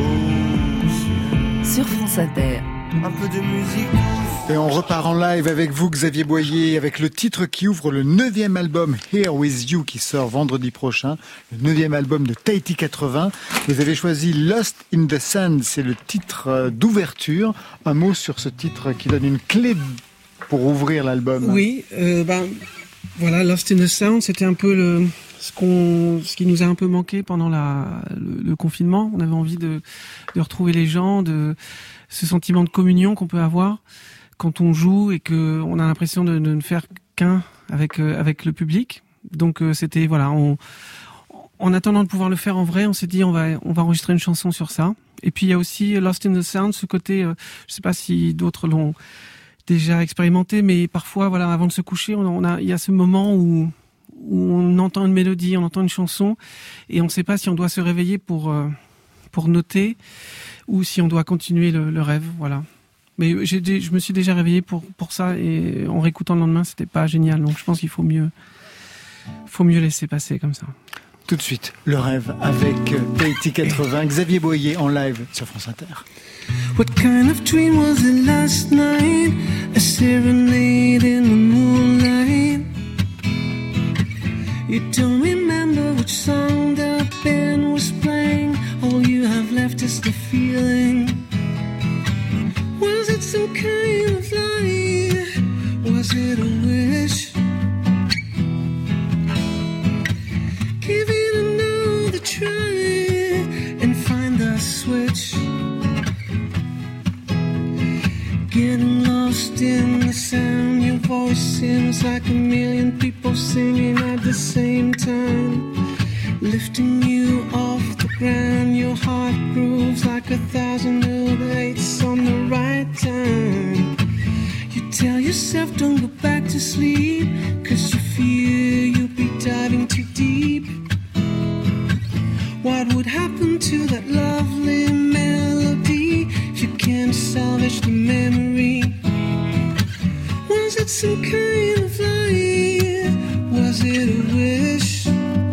Sur France Inter. Un peu de musique douce. Et on repart en live avec vous, Xavier Boyer, avec le titre qui ouvre le neuvième album Here With You qui sort vendredi prochain, le neuvième album de Tahiti quatre-vingts. Vous avez choisi Lost in the Sand, c'est le titre d'ouverture. Un mot sur ce titre qui donne une clé pour ouvrir l'album. Oui, euh, ben voilà, Lost in the Sound, c'était un peu le ce qu'on, ce qui nous a un peu manqué pendant la le, le confinement. On avait envie de de retrouver les gens, de ce sentiment de communion qu'on peut avoir quand on joue et que on a l'impression de, de ne faire qu'un avec euh, avec le public. Donc euh, c'était voilà, on, en attendant de pouvoir le faire en vrai, on s'est dit on va on va enregistrer une chanson sur ça. Et puis il y a aussi Lost in the Sound, ce côté, euh, je sais pas si d'autres l'ont déjà expérimenté, mais parfois voilà, avant de se coucher, on a, on a il y a ce moment où où on entend une mélodie, on entend une chanson et on ne sait pas si on doit se réveiller pour euh, pour noter ou si on doit continuer le, le rêve, voilà. Mais j'ai, je me suis déjà réveillé pour pour ça et en réécoutant le lendemain, c'était pas génial. Donc je pense qu'il faut mieux faut mieux laisser passer comme ça. Tout de suite, le rêve avec Tahiti quatre-vingts, Xavier Boyer en live sur France Inter. What kind of dream was it last night? A serenade in the moonlight. You don't remember which song the band was playing. All you have left is the feeling. Was it some kind of lie? Was it a wish? Give it another try and find the switch. Getting lost in the sound. Your voice seems like a million people singing at the same time, lifting you off the ground. Your heart grooves like a thousand old eights on the right time. You tell yourself don't go back to sleep, cause you fear you'll be diving too deep. What would happen to that lovely melody if you can't salvage the memory? Was it some kind of lie? Was it a wish?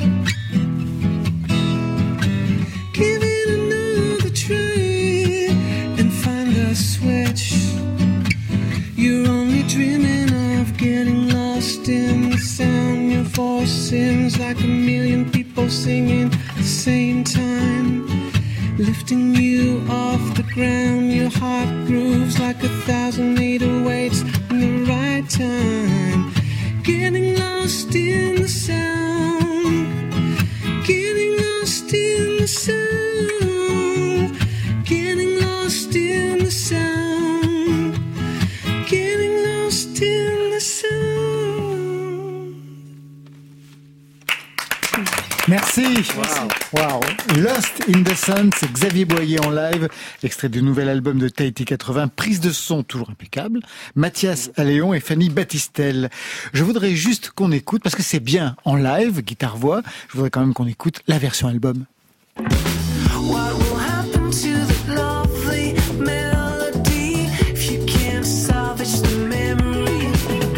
Give it another try and find the switch. You're only dreaming of getting lost in the sound. Your voice seems like a million people singing at the same time, lifting you off the ground. Your heart grooves like a thousand eight oh eights in the right time. Getting lost in the sound, getting lost in the sound, getting lost in the sound, getting lost in the sound. Merci. Wow. Wow. Lost in the Sun, c'est Xavier Boyer en live, extrait du nouvel album de Tahiti quatre-vingts, prise de son toujours impeccable, Mathias Alléon et Fanny Battistel. Je voudrais juste qu'on écoute, parce que c'est bien en live, guitare-voix, je voudrais quand même qu'on écoute la version album. What will happen to the lovely melody if you can't salvage the memory?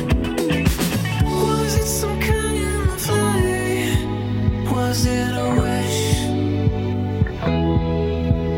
Was it some kind of lie? Was it a wish?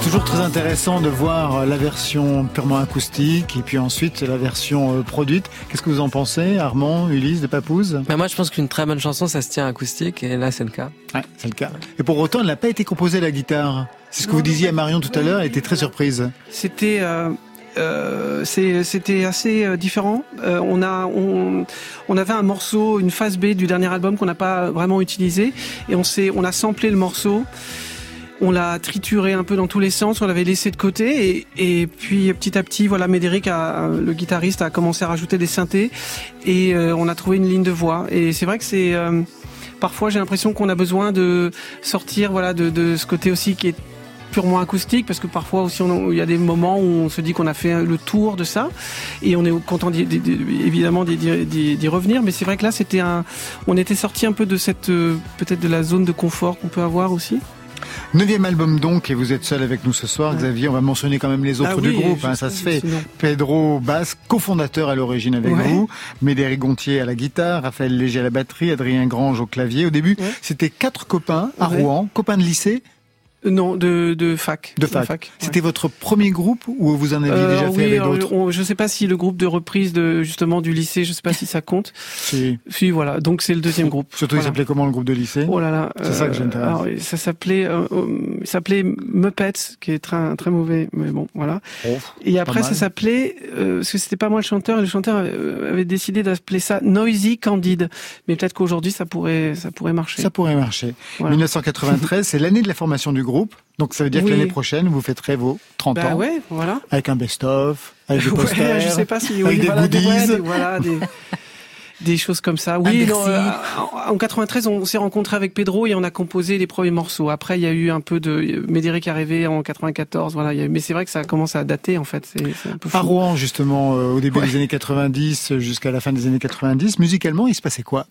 toujours très intéressant de voir la version purement acoustique et puis ensuite la version produite. Qu'est-ce que vous en pensez, Armand, Ulysse, de Papoose ? Mais moi, je pense qu'une très bonne chanson, ça se tient acoustique, et là, c'est le cas. Ouais, c'est le cas. Et pour autant, elle n'a pas été composée à la guitare. C'est ce que vous disiez à Marion tout à l'heure, elle était très surprise. C'était... Euh... Euh, c'est, c'était assez euh, différent. Euh, on a, on, on avait un morceau, une phase B du dernier album qu'on n'a pas vraiment utilisé, et on s'est, on a samplé le morceau, on l'a trituré un peu dans tous les sens, on l'avait laissé de côté, et, et puis petit à petit, voilà, Médéric, a, le guitariste, a commencé à rajouter des synthés, et euh, on a trouvé une ligne de voix. Et c'est vrai que c'est, euh, parfois, j'ai l'impression qu'on a besoin de sortir, voilà, de, de ce côté aussi qui est purement acoustique, parce que parfois aussi il y a des moments où on se dit qu'on a fait le tour de ça et on est content d'y, d'y, évidemment d'y, d'y, d'y revenir, mais c'est vrai que là c'était un, on était sorti un peu de cette, peut-être de la zone de confort qu'on peut avoir aussi. Neuvième album donc, et vous êtes seul avec nous ce soir, ouais. Xavier, on va mentionner quand même les autres ah oui, du groupe, hein, ça se fait. Sinon. Pedro Basse, cofondateur à l'origine avec ouais. vous, Médéric Gontier à la guitare, Raphaël Léger à la batterie, Adrien Grange au clavier. Au début, ouais. c'était quatre copains à ouais. Rouen, copains de lycée. Non, de, de fac. De fac. fac C'était ouais. votre premier groupe ou vous en aviez euh, déjà fait oui, avec d'autres? on, Je sais pas si le groupe de reprise de justement du lycée, je sais pas si ça compte. Si. Si, voilà. Donc c'est le deuxième groupe. Surtout, voilà. Il s'appelait comment le groupe de lycée? Oh là là. C'est euh, ça que j'intéresse. Alors, ça s'appelait, euh, il s'appelait Muppets, qui est très très mauvais, mais bon, voilà. Oh, et après ça s'appelait, euh, parce que c'était pas moi le chanteur, et le chanteur avait décidé d'appeler ça Noisy Candide. Mais peut-être qu'aujourd'hui ça pourrait, ça pourrait marcher. Ça pourrait marcher. Voilà. dix-neuf cent quatre-vingt-treize, c'est l'année de la formation du groupe. Donc ça veut dire oui. que l'année prochaine, vous fêterez vos trente bah ans. Ouais, voilà. Avec un best-of, avec des posters, ouais, je sais pas si, oui, avec des voilà, goodies. Des, ouais, voilà, des, des choses comme ça. Oui, non, euh, en quatre-vingt-treize, on s'est rencontrés avec Pedro et on a composé les premiers morceaux. Après, il y a eu un peu de... Médéric est arrivé en quatre-vingt-quatorze, voilà. Il y a... Mais c'est vrai que ça commence à dater, en fait. C'est, c'est un peu fou. À Rouen, justement, euh, au début ouais. des années quatre-vingt-dix jusqu'à la fin des années quatre-vingt-dix, musicalement, il se passait quoi?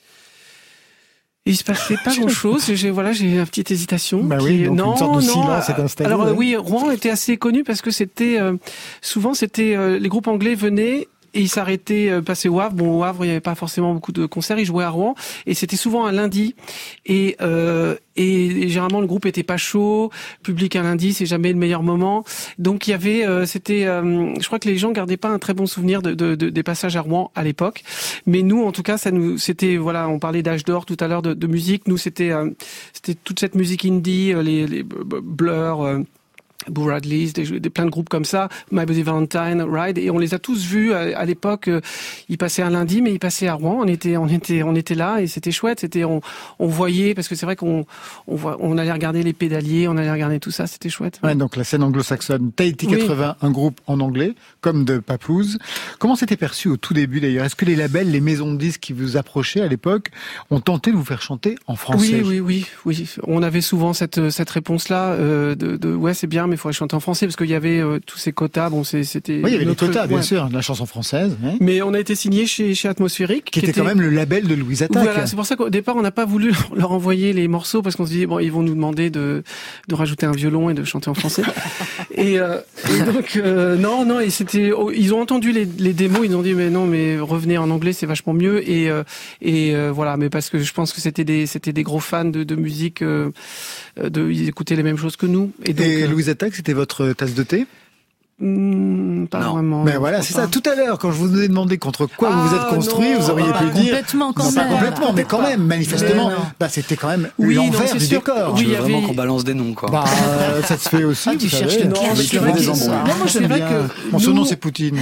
Il se passait pas grand chose. J'ai, voilà, j'ai une petite hésitation. Bah oui, donc non, une sorte de non, silence s'est installé. Alors ouais. oui, Rouen était assez connu parce que c'était, euh, souvent c'était, euh, les groupes anglais venaient et ils s'arrêtaient, euh, passaient au Havre. Bon, au Havre, il n'y avait pas forcément beaucoup de concerts. Ils jouaient à Rouen et c'était souvent un lundi. Et, euh, et, et généralement le groupe était pas chaud. Public un lundi, c'est jamais le meilleur moment. Donc il y avait, euh, c'était, euh, je crois que les gens gardaient pas un très bon souvenir de, de, de des passages à Rouen à l'époque. Mais nous, en tout cas, ça nous, c'était, voilà, on parlait d'âge d'or tout à l'heure de, de musique. Nous, c'était, euh, c'était toute cette musique indie, les, les Blur. Euh, Boo Radleys, des, des plein de groupes comme ça, My Bloody Valentine, Ride, et on les a tous vus à, à l'époque. Euh, ils passaient un lundi, mais ils passaient à Rouen. On était, on était, on était là et c'était chouette. C'était, on, on voyait parce que c'est vrai qu'on, on voit, on allait regarder les pédaliers, on allait regarder tout ça. C'était chouette. Ouais, donc la scène anglo-saxonne, Tahiti oui. quatre-vingts, un groupe en anglais, comme de Papoose. Comment c'était perçu au tout début d'ailleurs? Est-ce que les labels, les maisons de disques qui vous approchaient à l'époque ont tenté de vous faire chanter en français? Oui, oui, oui, oui. On avait souvent cette cette réponse-là euh, de, de ouais, c'est bien, mais il faudrait chanter en français parce qu'il y avait euh, tous ces quotas. Bon, c'est, c'était. Oui, il y avait notre... les quotas, bien ouais. sûr, de la chanson française. Hein. Mais on a été signé chez chez Atmosphérique, qui, qui était, était quand même le label de Louise Attaque. Voilà, c'est pour ça qu'au départ on n'a pas voulu leur envoyer les morceaux parce qu'on se dit bon, ils vont nous demander de de rajouter un violon et de chanter en français. et, euh, et donc euh, non, non, et c'était, oh, ils ont entendu les, les démos, ils ont dit mais non, mais revenez en anglais, c'est vachement mieux. Et euh, et euh, voilà, mais parce que je pense que c'était des c'était des gros fans de, de musique, euh, de ils écoutaient les mêmes choses que nous. Et, donc, et euh, Louise Attaque, c'était votre tasse de thé? Mmh, pas non. vraiment. Mais voilà, c'est pas. ça. Tout à l'heure, quand je vous ai demandé contre quoi ah, vous vous êtes construit, non, vous auriez pas pu dire. Complètement, quand non, même. Pas complètement, mais quand même, manifestement, bah, c'était quand même oui, l'envers du décor. Oui, je veux avait... vraiment qu'on balance des noms, quoi. Bah, ça se fait aussi. Ah, tu cherches le nom, c'est vrai des embrouilles. Non, moi, c'est vrai que mon surnom c'est Poutine.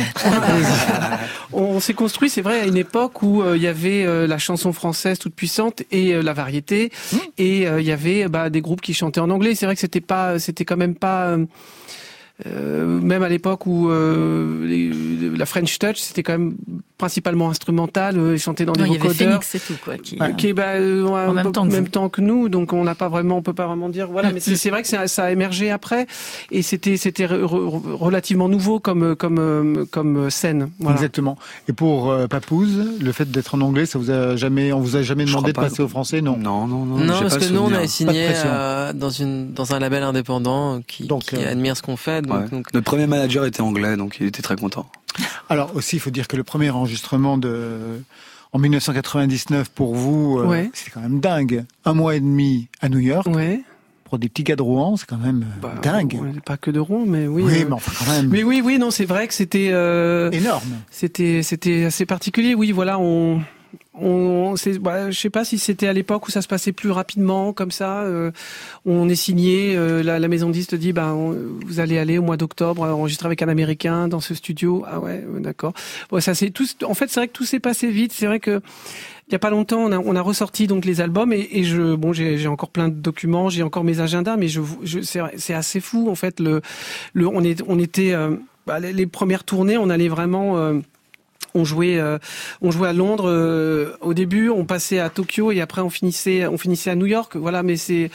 On s'est construit, c'est vrai, à une époque où il y avait la chanson française toute puissante et la variété, et il y avait bah, des groupes qui chantaient en anglais. C'est vrai que c'était pas, c'était quand même pas. Euh, même à l'époque où euh, les, la French Touch, c'était quand même principalement instrumental, euh, ils chantaient dans non, des vocodeurs. Il y avait Phoenix et tout, quoi. Qui, euh, qui bah, euh, en même, temps que, même temps que nous, donc on n'a pas vraiment, on peut pas vraiment dire. Voilà, mais c'est, c'est vrai que ça, ça a émergé après, et c'était, c'était re, re, relativement nouveau comme, comme, comme scène. Voilà. Exactement. Et pour euh, Papoose, le fait d'être en anglais, ça vous a jamais, on vous a jamais demandé de pas. passer au français, non? Non, non, non. Non, parce que nous, on a signé euh, dans une, dans un label indépendant qui, donc, qui euh, admire ce qu'on fait. Donc, ouais. donc... Notre premier manager était anglais, donc il était très content. Alors aussi, il faut dire que le premier enregistrement de en dix-neuf cent quatre-vingt-dix-neuf pour vous, euh, ouais. c'était quand même dingue. Un mois et demi à New York. Ouais. pour des petits gars de Rouen, c'est quand même bah, dingue. On n'est pas que de Rouen, mais oui. Oui, euh, mais enfin quand même. Mais oui, oui, non, c'est vrai que c'était euh, énorme. C'était, c'était assez particulier. Oui, voilà, on. On, c'est, bah, je sais pas si c'était à l'époque où ça se passait plus rapidement comme ça. Euh, on est signé, euh, la, la maison de disques dit, bah, on, vous allez aller au mois d'octobre enregistrer avec un Américain dans ce studio. Ah ouais, d'accord. Bon, ça c'est tout. En fait, c'est vrai que tout s'est passé vite. C'est vrai que il y a pas longtemps, on a, on a ressorti donc les albums et, et je, bon, j'ai, j'ai encore plein de documents, j'ai encore mes agendas, mais je, je c'est, c'est assez fou en fait. Le, le, on est, on était, euh, bah, les, les premières tournées, on allait vraiment. Euh, On jouait, euh, on jouait à Londres euh, au début, on passait à Tokyo et après on finissait, on finissait à New York. Voilà, mais c'est,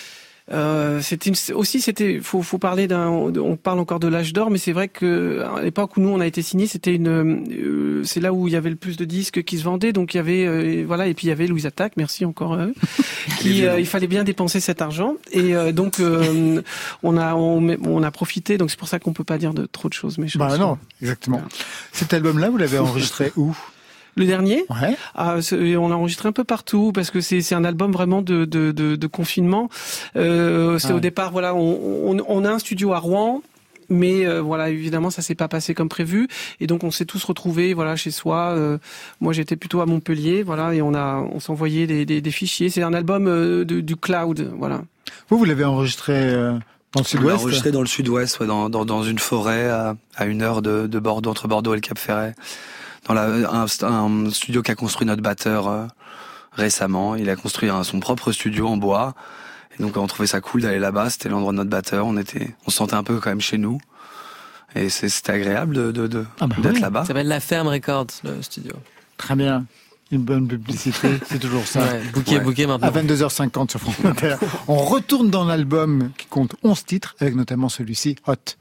euh, c'était une, aussi, c'était, faut, faut parler d'un, on parle encore de l'âge d'or, mais c'est vrai que à l'époque où nous on a été signés, c'était une, euh, c'est là où il y avait le plus de disques qui se vendaient, donc il y avait, euh, voilà, et puis il y avait Louise Attaque, merci encore, euh, qui, euh, il fallait bien dépenser cet argent et euh, donc euh, on a, on, on a profité, donc c'est pour ça qu'on peut pas dire de trop de choses, mais je bah pense non, que, exactement. Voilà. Cet album-là, vous l'avez enregistré où? Le dernier, ouais. ah, on l'a enregistré un peu partout parce que c'est c'est un album vraiment de de de, de confinement. Euh, c'est ah ouais. Au départ, voilà, on, on on a un studio à Rouen. Mais euh, voilà, évidemment, ça s'est pas passé comme prévu, et donc on s'est tous retrouvés, voilà, chez soi. Euh, moi, j'étais plutôt à Montpellier, voilà, et on a, on s'envoyait des, des, des fichiers. C'est un album euh, de, du cloud, voilà. Vous, vous l'avez enregistré euh, dans le Sud-Ouest. On l'a enregistré dans le Sud-Ouest, ouais, dans, dans dans une forêt à, à une heure de, de Bordeaux, entre Bordeaux et le Cap-Ferret. Dans la, un, un studio qu'a construit notre batteur euh, récemment. Il a construit un, son propre studio en bois. Et donc on trouvait ça cool d'aller là-bas. C'était l'endroit de notre batteur. On était, on se sentait un peu quand même chez nous. Et c'est, c'était agréable de, de, de ah bah d'être oui. là-bas. Ça s'appelle La Ferme Records, le studio. Très bien. Une bonne publicité, c'est toujours ça. Ouais, bouquet, ouais. bouquet maintenant. À vingt-deux heures cinquante sur France Inter. On retourne dans l'album qui compte onze titres, avec notamment celui-ci, Hot.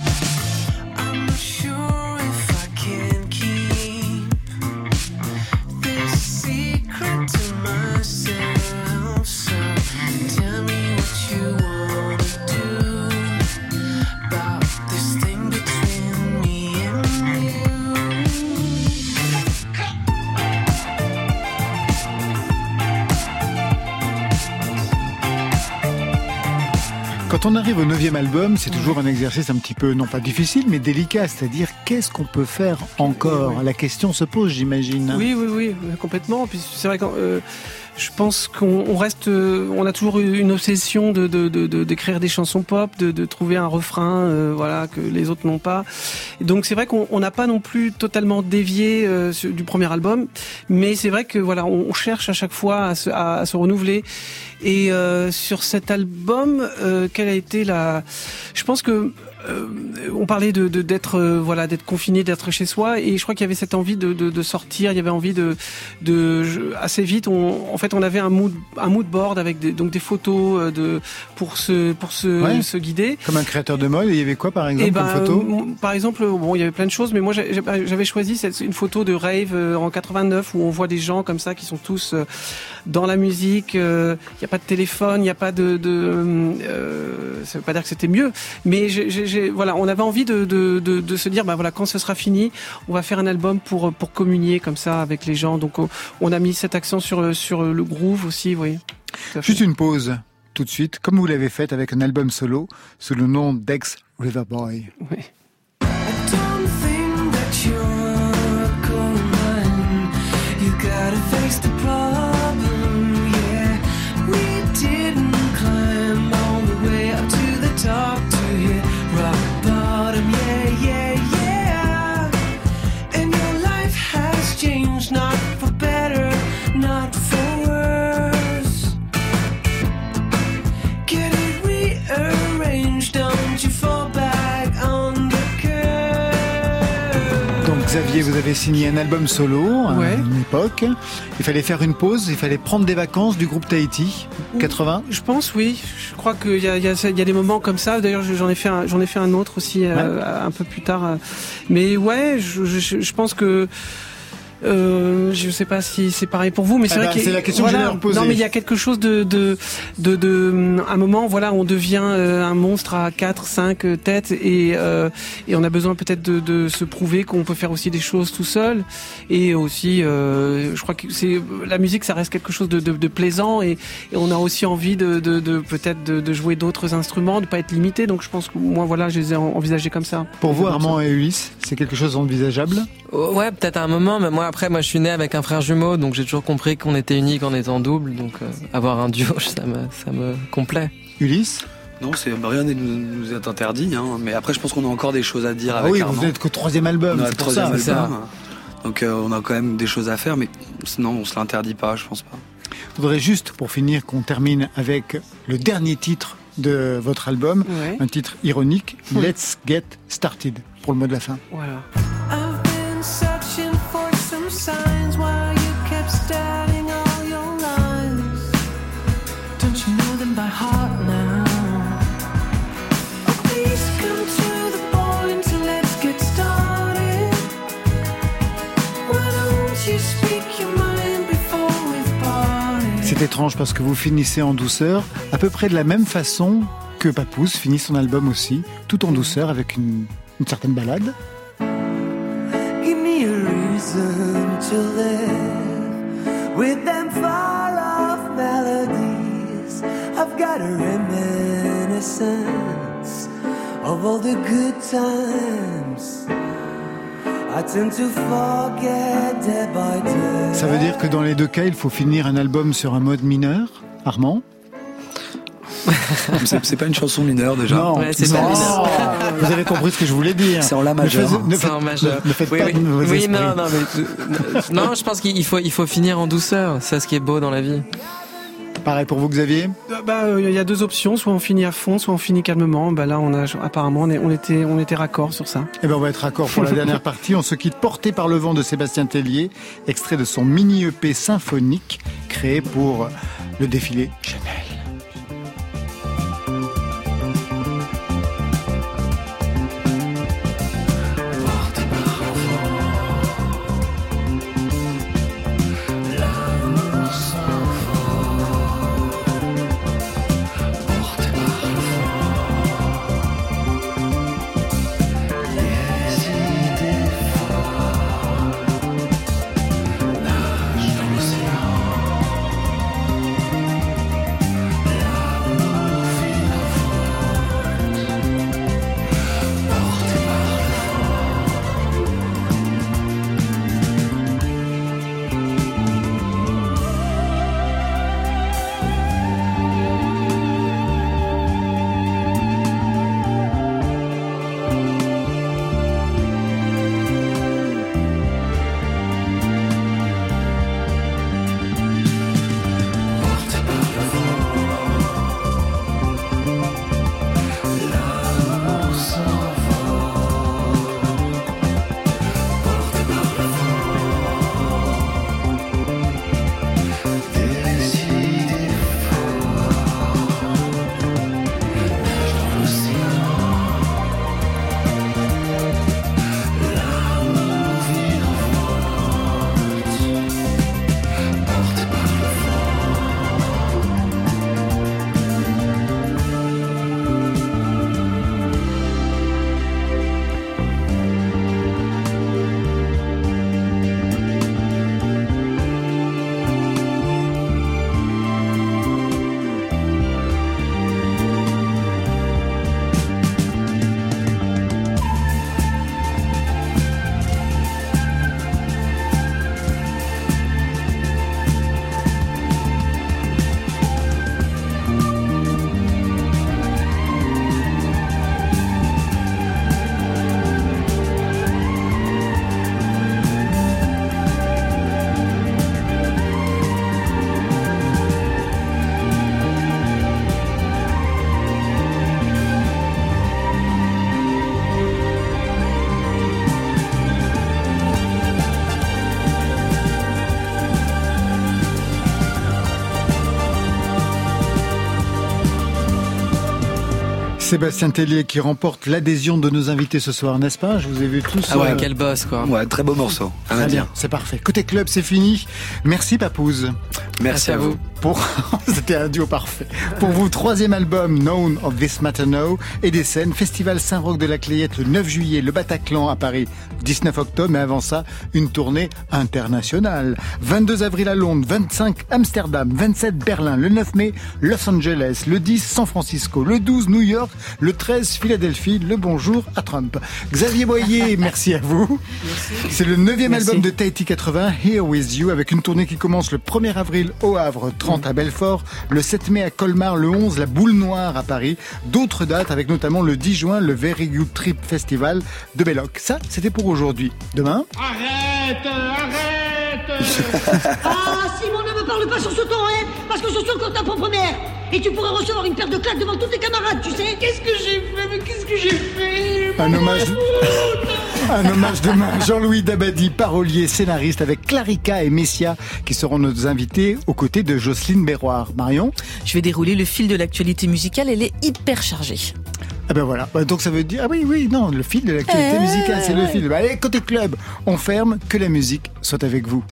Quand on arrive au neuvième album, c'est toujours un exercice un petit peu, non pas difficile, mais délicat. C'est-à-dire, qu'est-ce qu'on peut faire encore? Oui, oui. La question se pose, j'imagine. Oui, oui, oui, complètement. Puis c'est vrai que euh, je pense qu'on reste, on a toujours eu une obsession de, de, de, de d'écrire des chansons pop, de, de trouver un refrain, euh, voilà, que les autres n'ont pas. Et donc c'est vrai qu'on n'a pas non plus totalement dévié euh, du premier album, mais c'est vrai que voilà, on cherche à chaque fois à se, à, à se renouveler. Et euh, sur cet album, euh, quelle a été la... Je pense que euh, on parlait de, de d'être euh, voilà d'être confiné, d'être chez soi, et je crois qu'il y avait cette envie de, de, de sortir. Il y avait envie de de je, assez vite. On, en fait, on avait un mood un mood board avec des, donc des photos de pour se pour se, ouais. se guider. Comme un créateur de mode. Il y avait quoi par exemple et ben, comme photo euh, Par exemple, bon, il y avait plein de choses, mais moi j'avais choisi cette, une photo de rave en quatre-vingt-neuf où on voit des gens comme ça qui sont tous dans la musique. Il euh, y a pas de téléphone, il y a pas de, de euh, ça veut pas dire que c'était mieux, mais j'ai, j'ai J'ai, voilà, on avait envie de, de, de, de se dire, bah voilà, quand ce sera fini, on va faire un album pour pour communier comme ça avec les gens. Donc on, on a mis cet accent sur sur le groove aussi, oui. Juste une pause, tout de suite, comme vous l'avez fait avec un album solo sous le nom d'Ex River Boy. Oui. Xavier, vous avez signé un album solo ouais. à une époque. Il fallait faire une pause, il fallait prendre des vacances du groupe Tahiti, quatre-vingts. Je pense, oui. Je crois qu'il y a, il y a, il y a des moments comme ça. D'ailleurs, j'en ai fait un, j'en ai fait un autre aussi ouais. euh, un peu plus tard. Mais ouais, je, je, je pense que Euh, je sais pas si c'est pareil pour vous, mais c'est ah vrai bah, que c'est la question voilà, que je vais leur poser. Non, mais il y a quelque chose de de de, de un moment, voilà, on devient euh, un monstre à quatre, cinq euh, têtes et euh, et on a besoin peut-être de, de se prouver qu'on peut faire aussi des choses tout seul. Et aussi, euh, je crois que c'est la musique, ça reste quelque chose de, de, de plaisant et, et on a aussi envie de, de, de peut-être de, de jouer d'autres instruments, de pas être limité. Donc je pense que moi, voilà, je les ai envisagés comme ça. Pour vous, Armand et Ulysse, c'est quelque chose d'envisageable? Ouais, peut-être à un moment, mais moi après, moi je suis né avec un frère jumeau, donc j'ai toujours compris qu'on était unique en étant double, donc euh, avoir un duo, ça me, ça me complaît. Ulysse? Non, c'est, rien ne nous, nous est interdit, hein, mais après je pense qu'on a encore des choses à dire ah avec oui, Armand. Vous n'êtes qu'au troisième album, on a c'est le pour troisième ça. album, ça. Donc euh, on a quand même des choses à faire, mais sinon on se l'interdit pas, je pense pas. Je voudrais juste, pour finir, qu'on termine avec le dernier titre de votre album, ouais. un titre ironique, oui. Let's Get Started, pour le mot de la fin. Voilà. I've been searching for some signs while you kept starting all your lies. Don't you know them by heart now? Oh, please come to the point and let's get started. Why don't you speak your mind before we've parted? C'est étrange parce que vous finissez en douceur, à peu près de la même façon que Papoose finit son album aussi, tout en douceur avec une, une certaine balade. Give me a reason to live with them far off melodies. I've got a reminiscence of all the good times. I tend to forget day by day. Ça veut dire que dans les deux cas, il faut finir un album sur un mode mineur, Armand? c'est, c'est pas une chanson mineure déjà. Non, ouais, c'est non. pas mineur. Vous avez compris ce que je voulais dire. C'est en la majeure. Ne faites, ne C'est faites, en majeur. Ne, ne faites oui, pas oui. de mauvais Oui, esprits. non, non, mais non, je pense qu'il faut, il faut finir en douceur. C'est ce qui est beau dans la vie. Pareil pour vous, Xavier? Bah, il euh, y a deux options, soit on finit à fond, soit on finit calmement. Bah là, on a apparemment, on, est, on était, on était raccord sur ça. Eh ben, on va être raccord pour la dernière partie. On se quitte Porté par le vent de Sébastien Tellier, extrait de son mini E P symphonique créé pour le défilé Chanel. Sébastien Tellier qui remporte l'adhésion de nos invités ce soir, n'est-ce pas? Je vous ai vu tous. Ah ouais, euh... quel boss, quoi. Ouais, très beau morceau. Très bien, c'est parfait. Côté club, c'est fini. Merci Papouze. Merci, Merci à vous. Pour... C'était un duo parfait. Pour vous, troisième album, Known of This Matter Now, et des scènes, Festival Saint-Roch de la Clayette le neuf juillet, le Bataclan à Paris, dix-neuf octobre, mais avant ça, une tournée internationale. vingt-deux avril à Londres, vingt-cinq Amsterdam, vingt-sept Berlin, le neuf mai, Los Angeles, le dix San Francisco, le douze New York, le treize Philadelphie, le bonjour à Trump. Xavier Boyer, merci à vous. Merci. C'est le neuvième album de Tahiti quatre-vingts, Here With You, avec une tournée qui commence le premier avril au Havre, trente à Belfort, le sept mai à Colmar, le onze la Boule Noire à Paris. D'autres dates avec notamment le dix juin le Very Good Trip Festival de Belloc. Ça, c'était pour aujourd'hui. Demain... Arrête, arrête. Ah, Simon, ne me parle pas sur ce ton, hein, parce que je suis encore ta propre mère. Et tu pourrais recevoir une paire de claques devant tous tes camarades, tu sais. Qu'est-ce que j'ai fait? Mais qu'est-ce que j'ai fait? Un hommage... Un hommage demain à Jean-Louis Dabadi, parolier, scénariste, avec Clarica et Messia, qui seront nos invités aux côtés de Jocelyne Berroir. Marion? Je vais dérouler le fil de l'actualité musicale, elle est hyper chargée. Ah ben voilà, donc ça veut dire... Ah oui, oui, non, le fil de l'actualité euh... musicale, c'est le fil. Allez, côté club, on ferme, que la musique soit avec vous.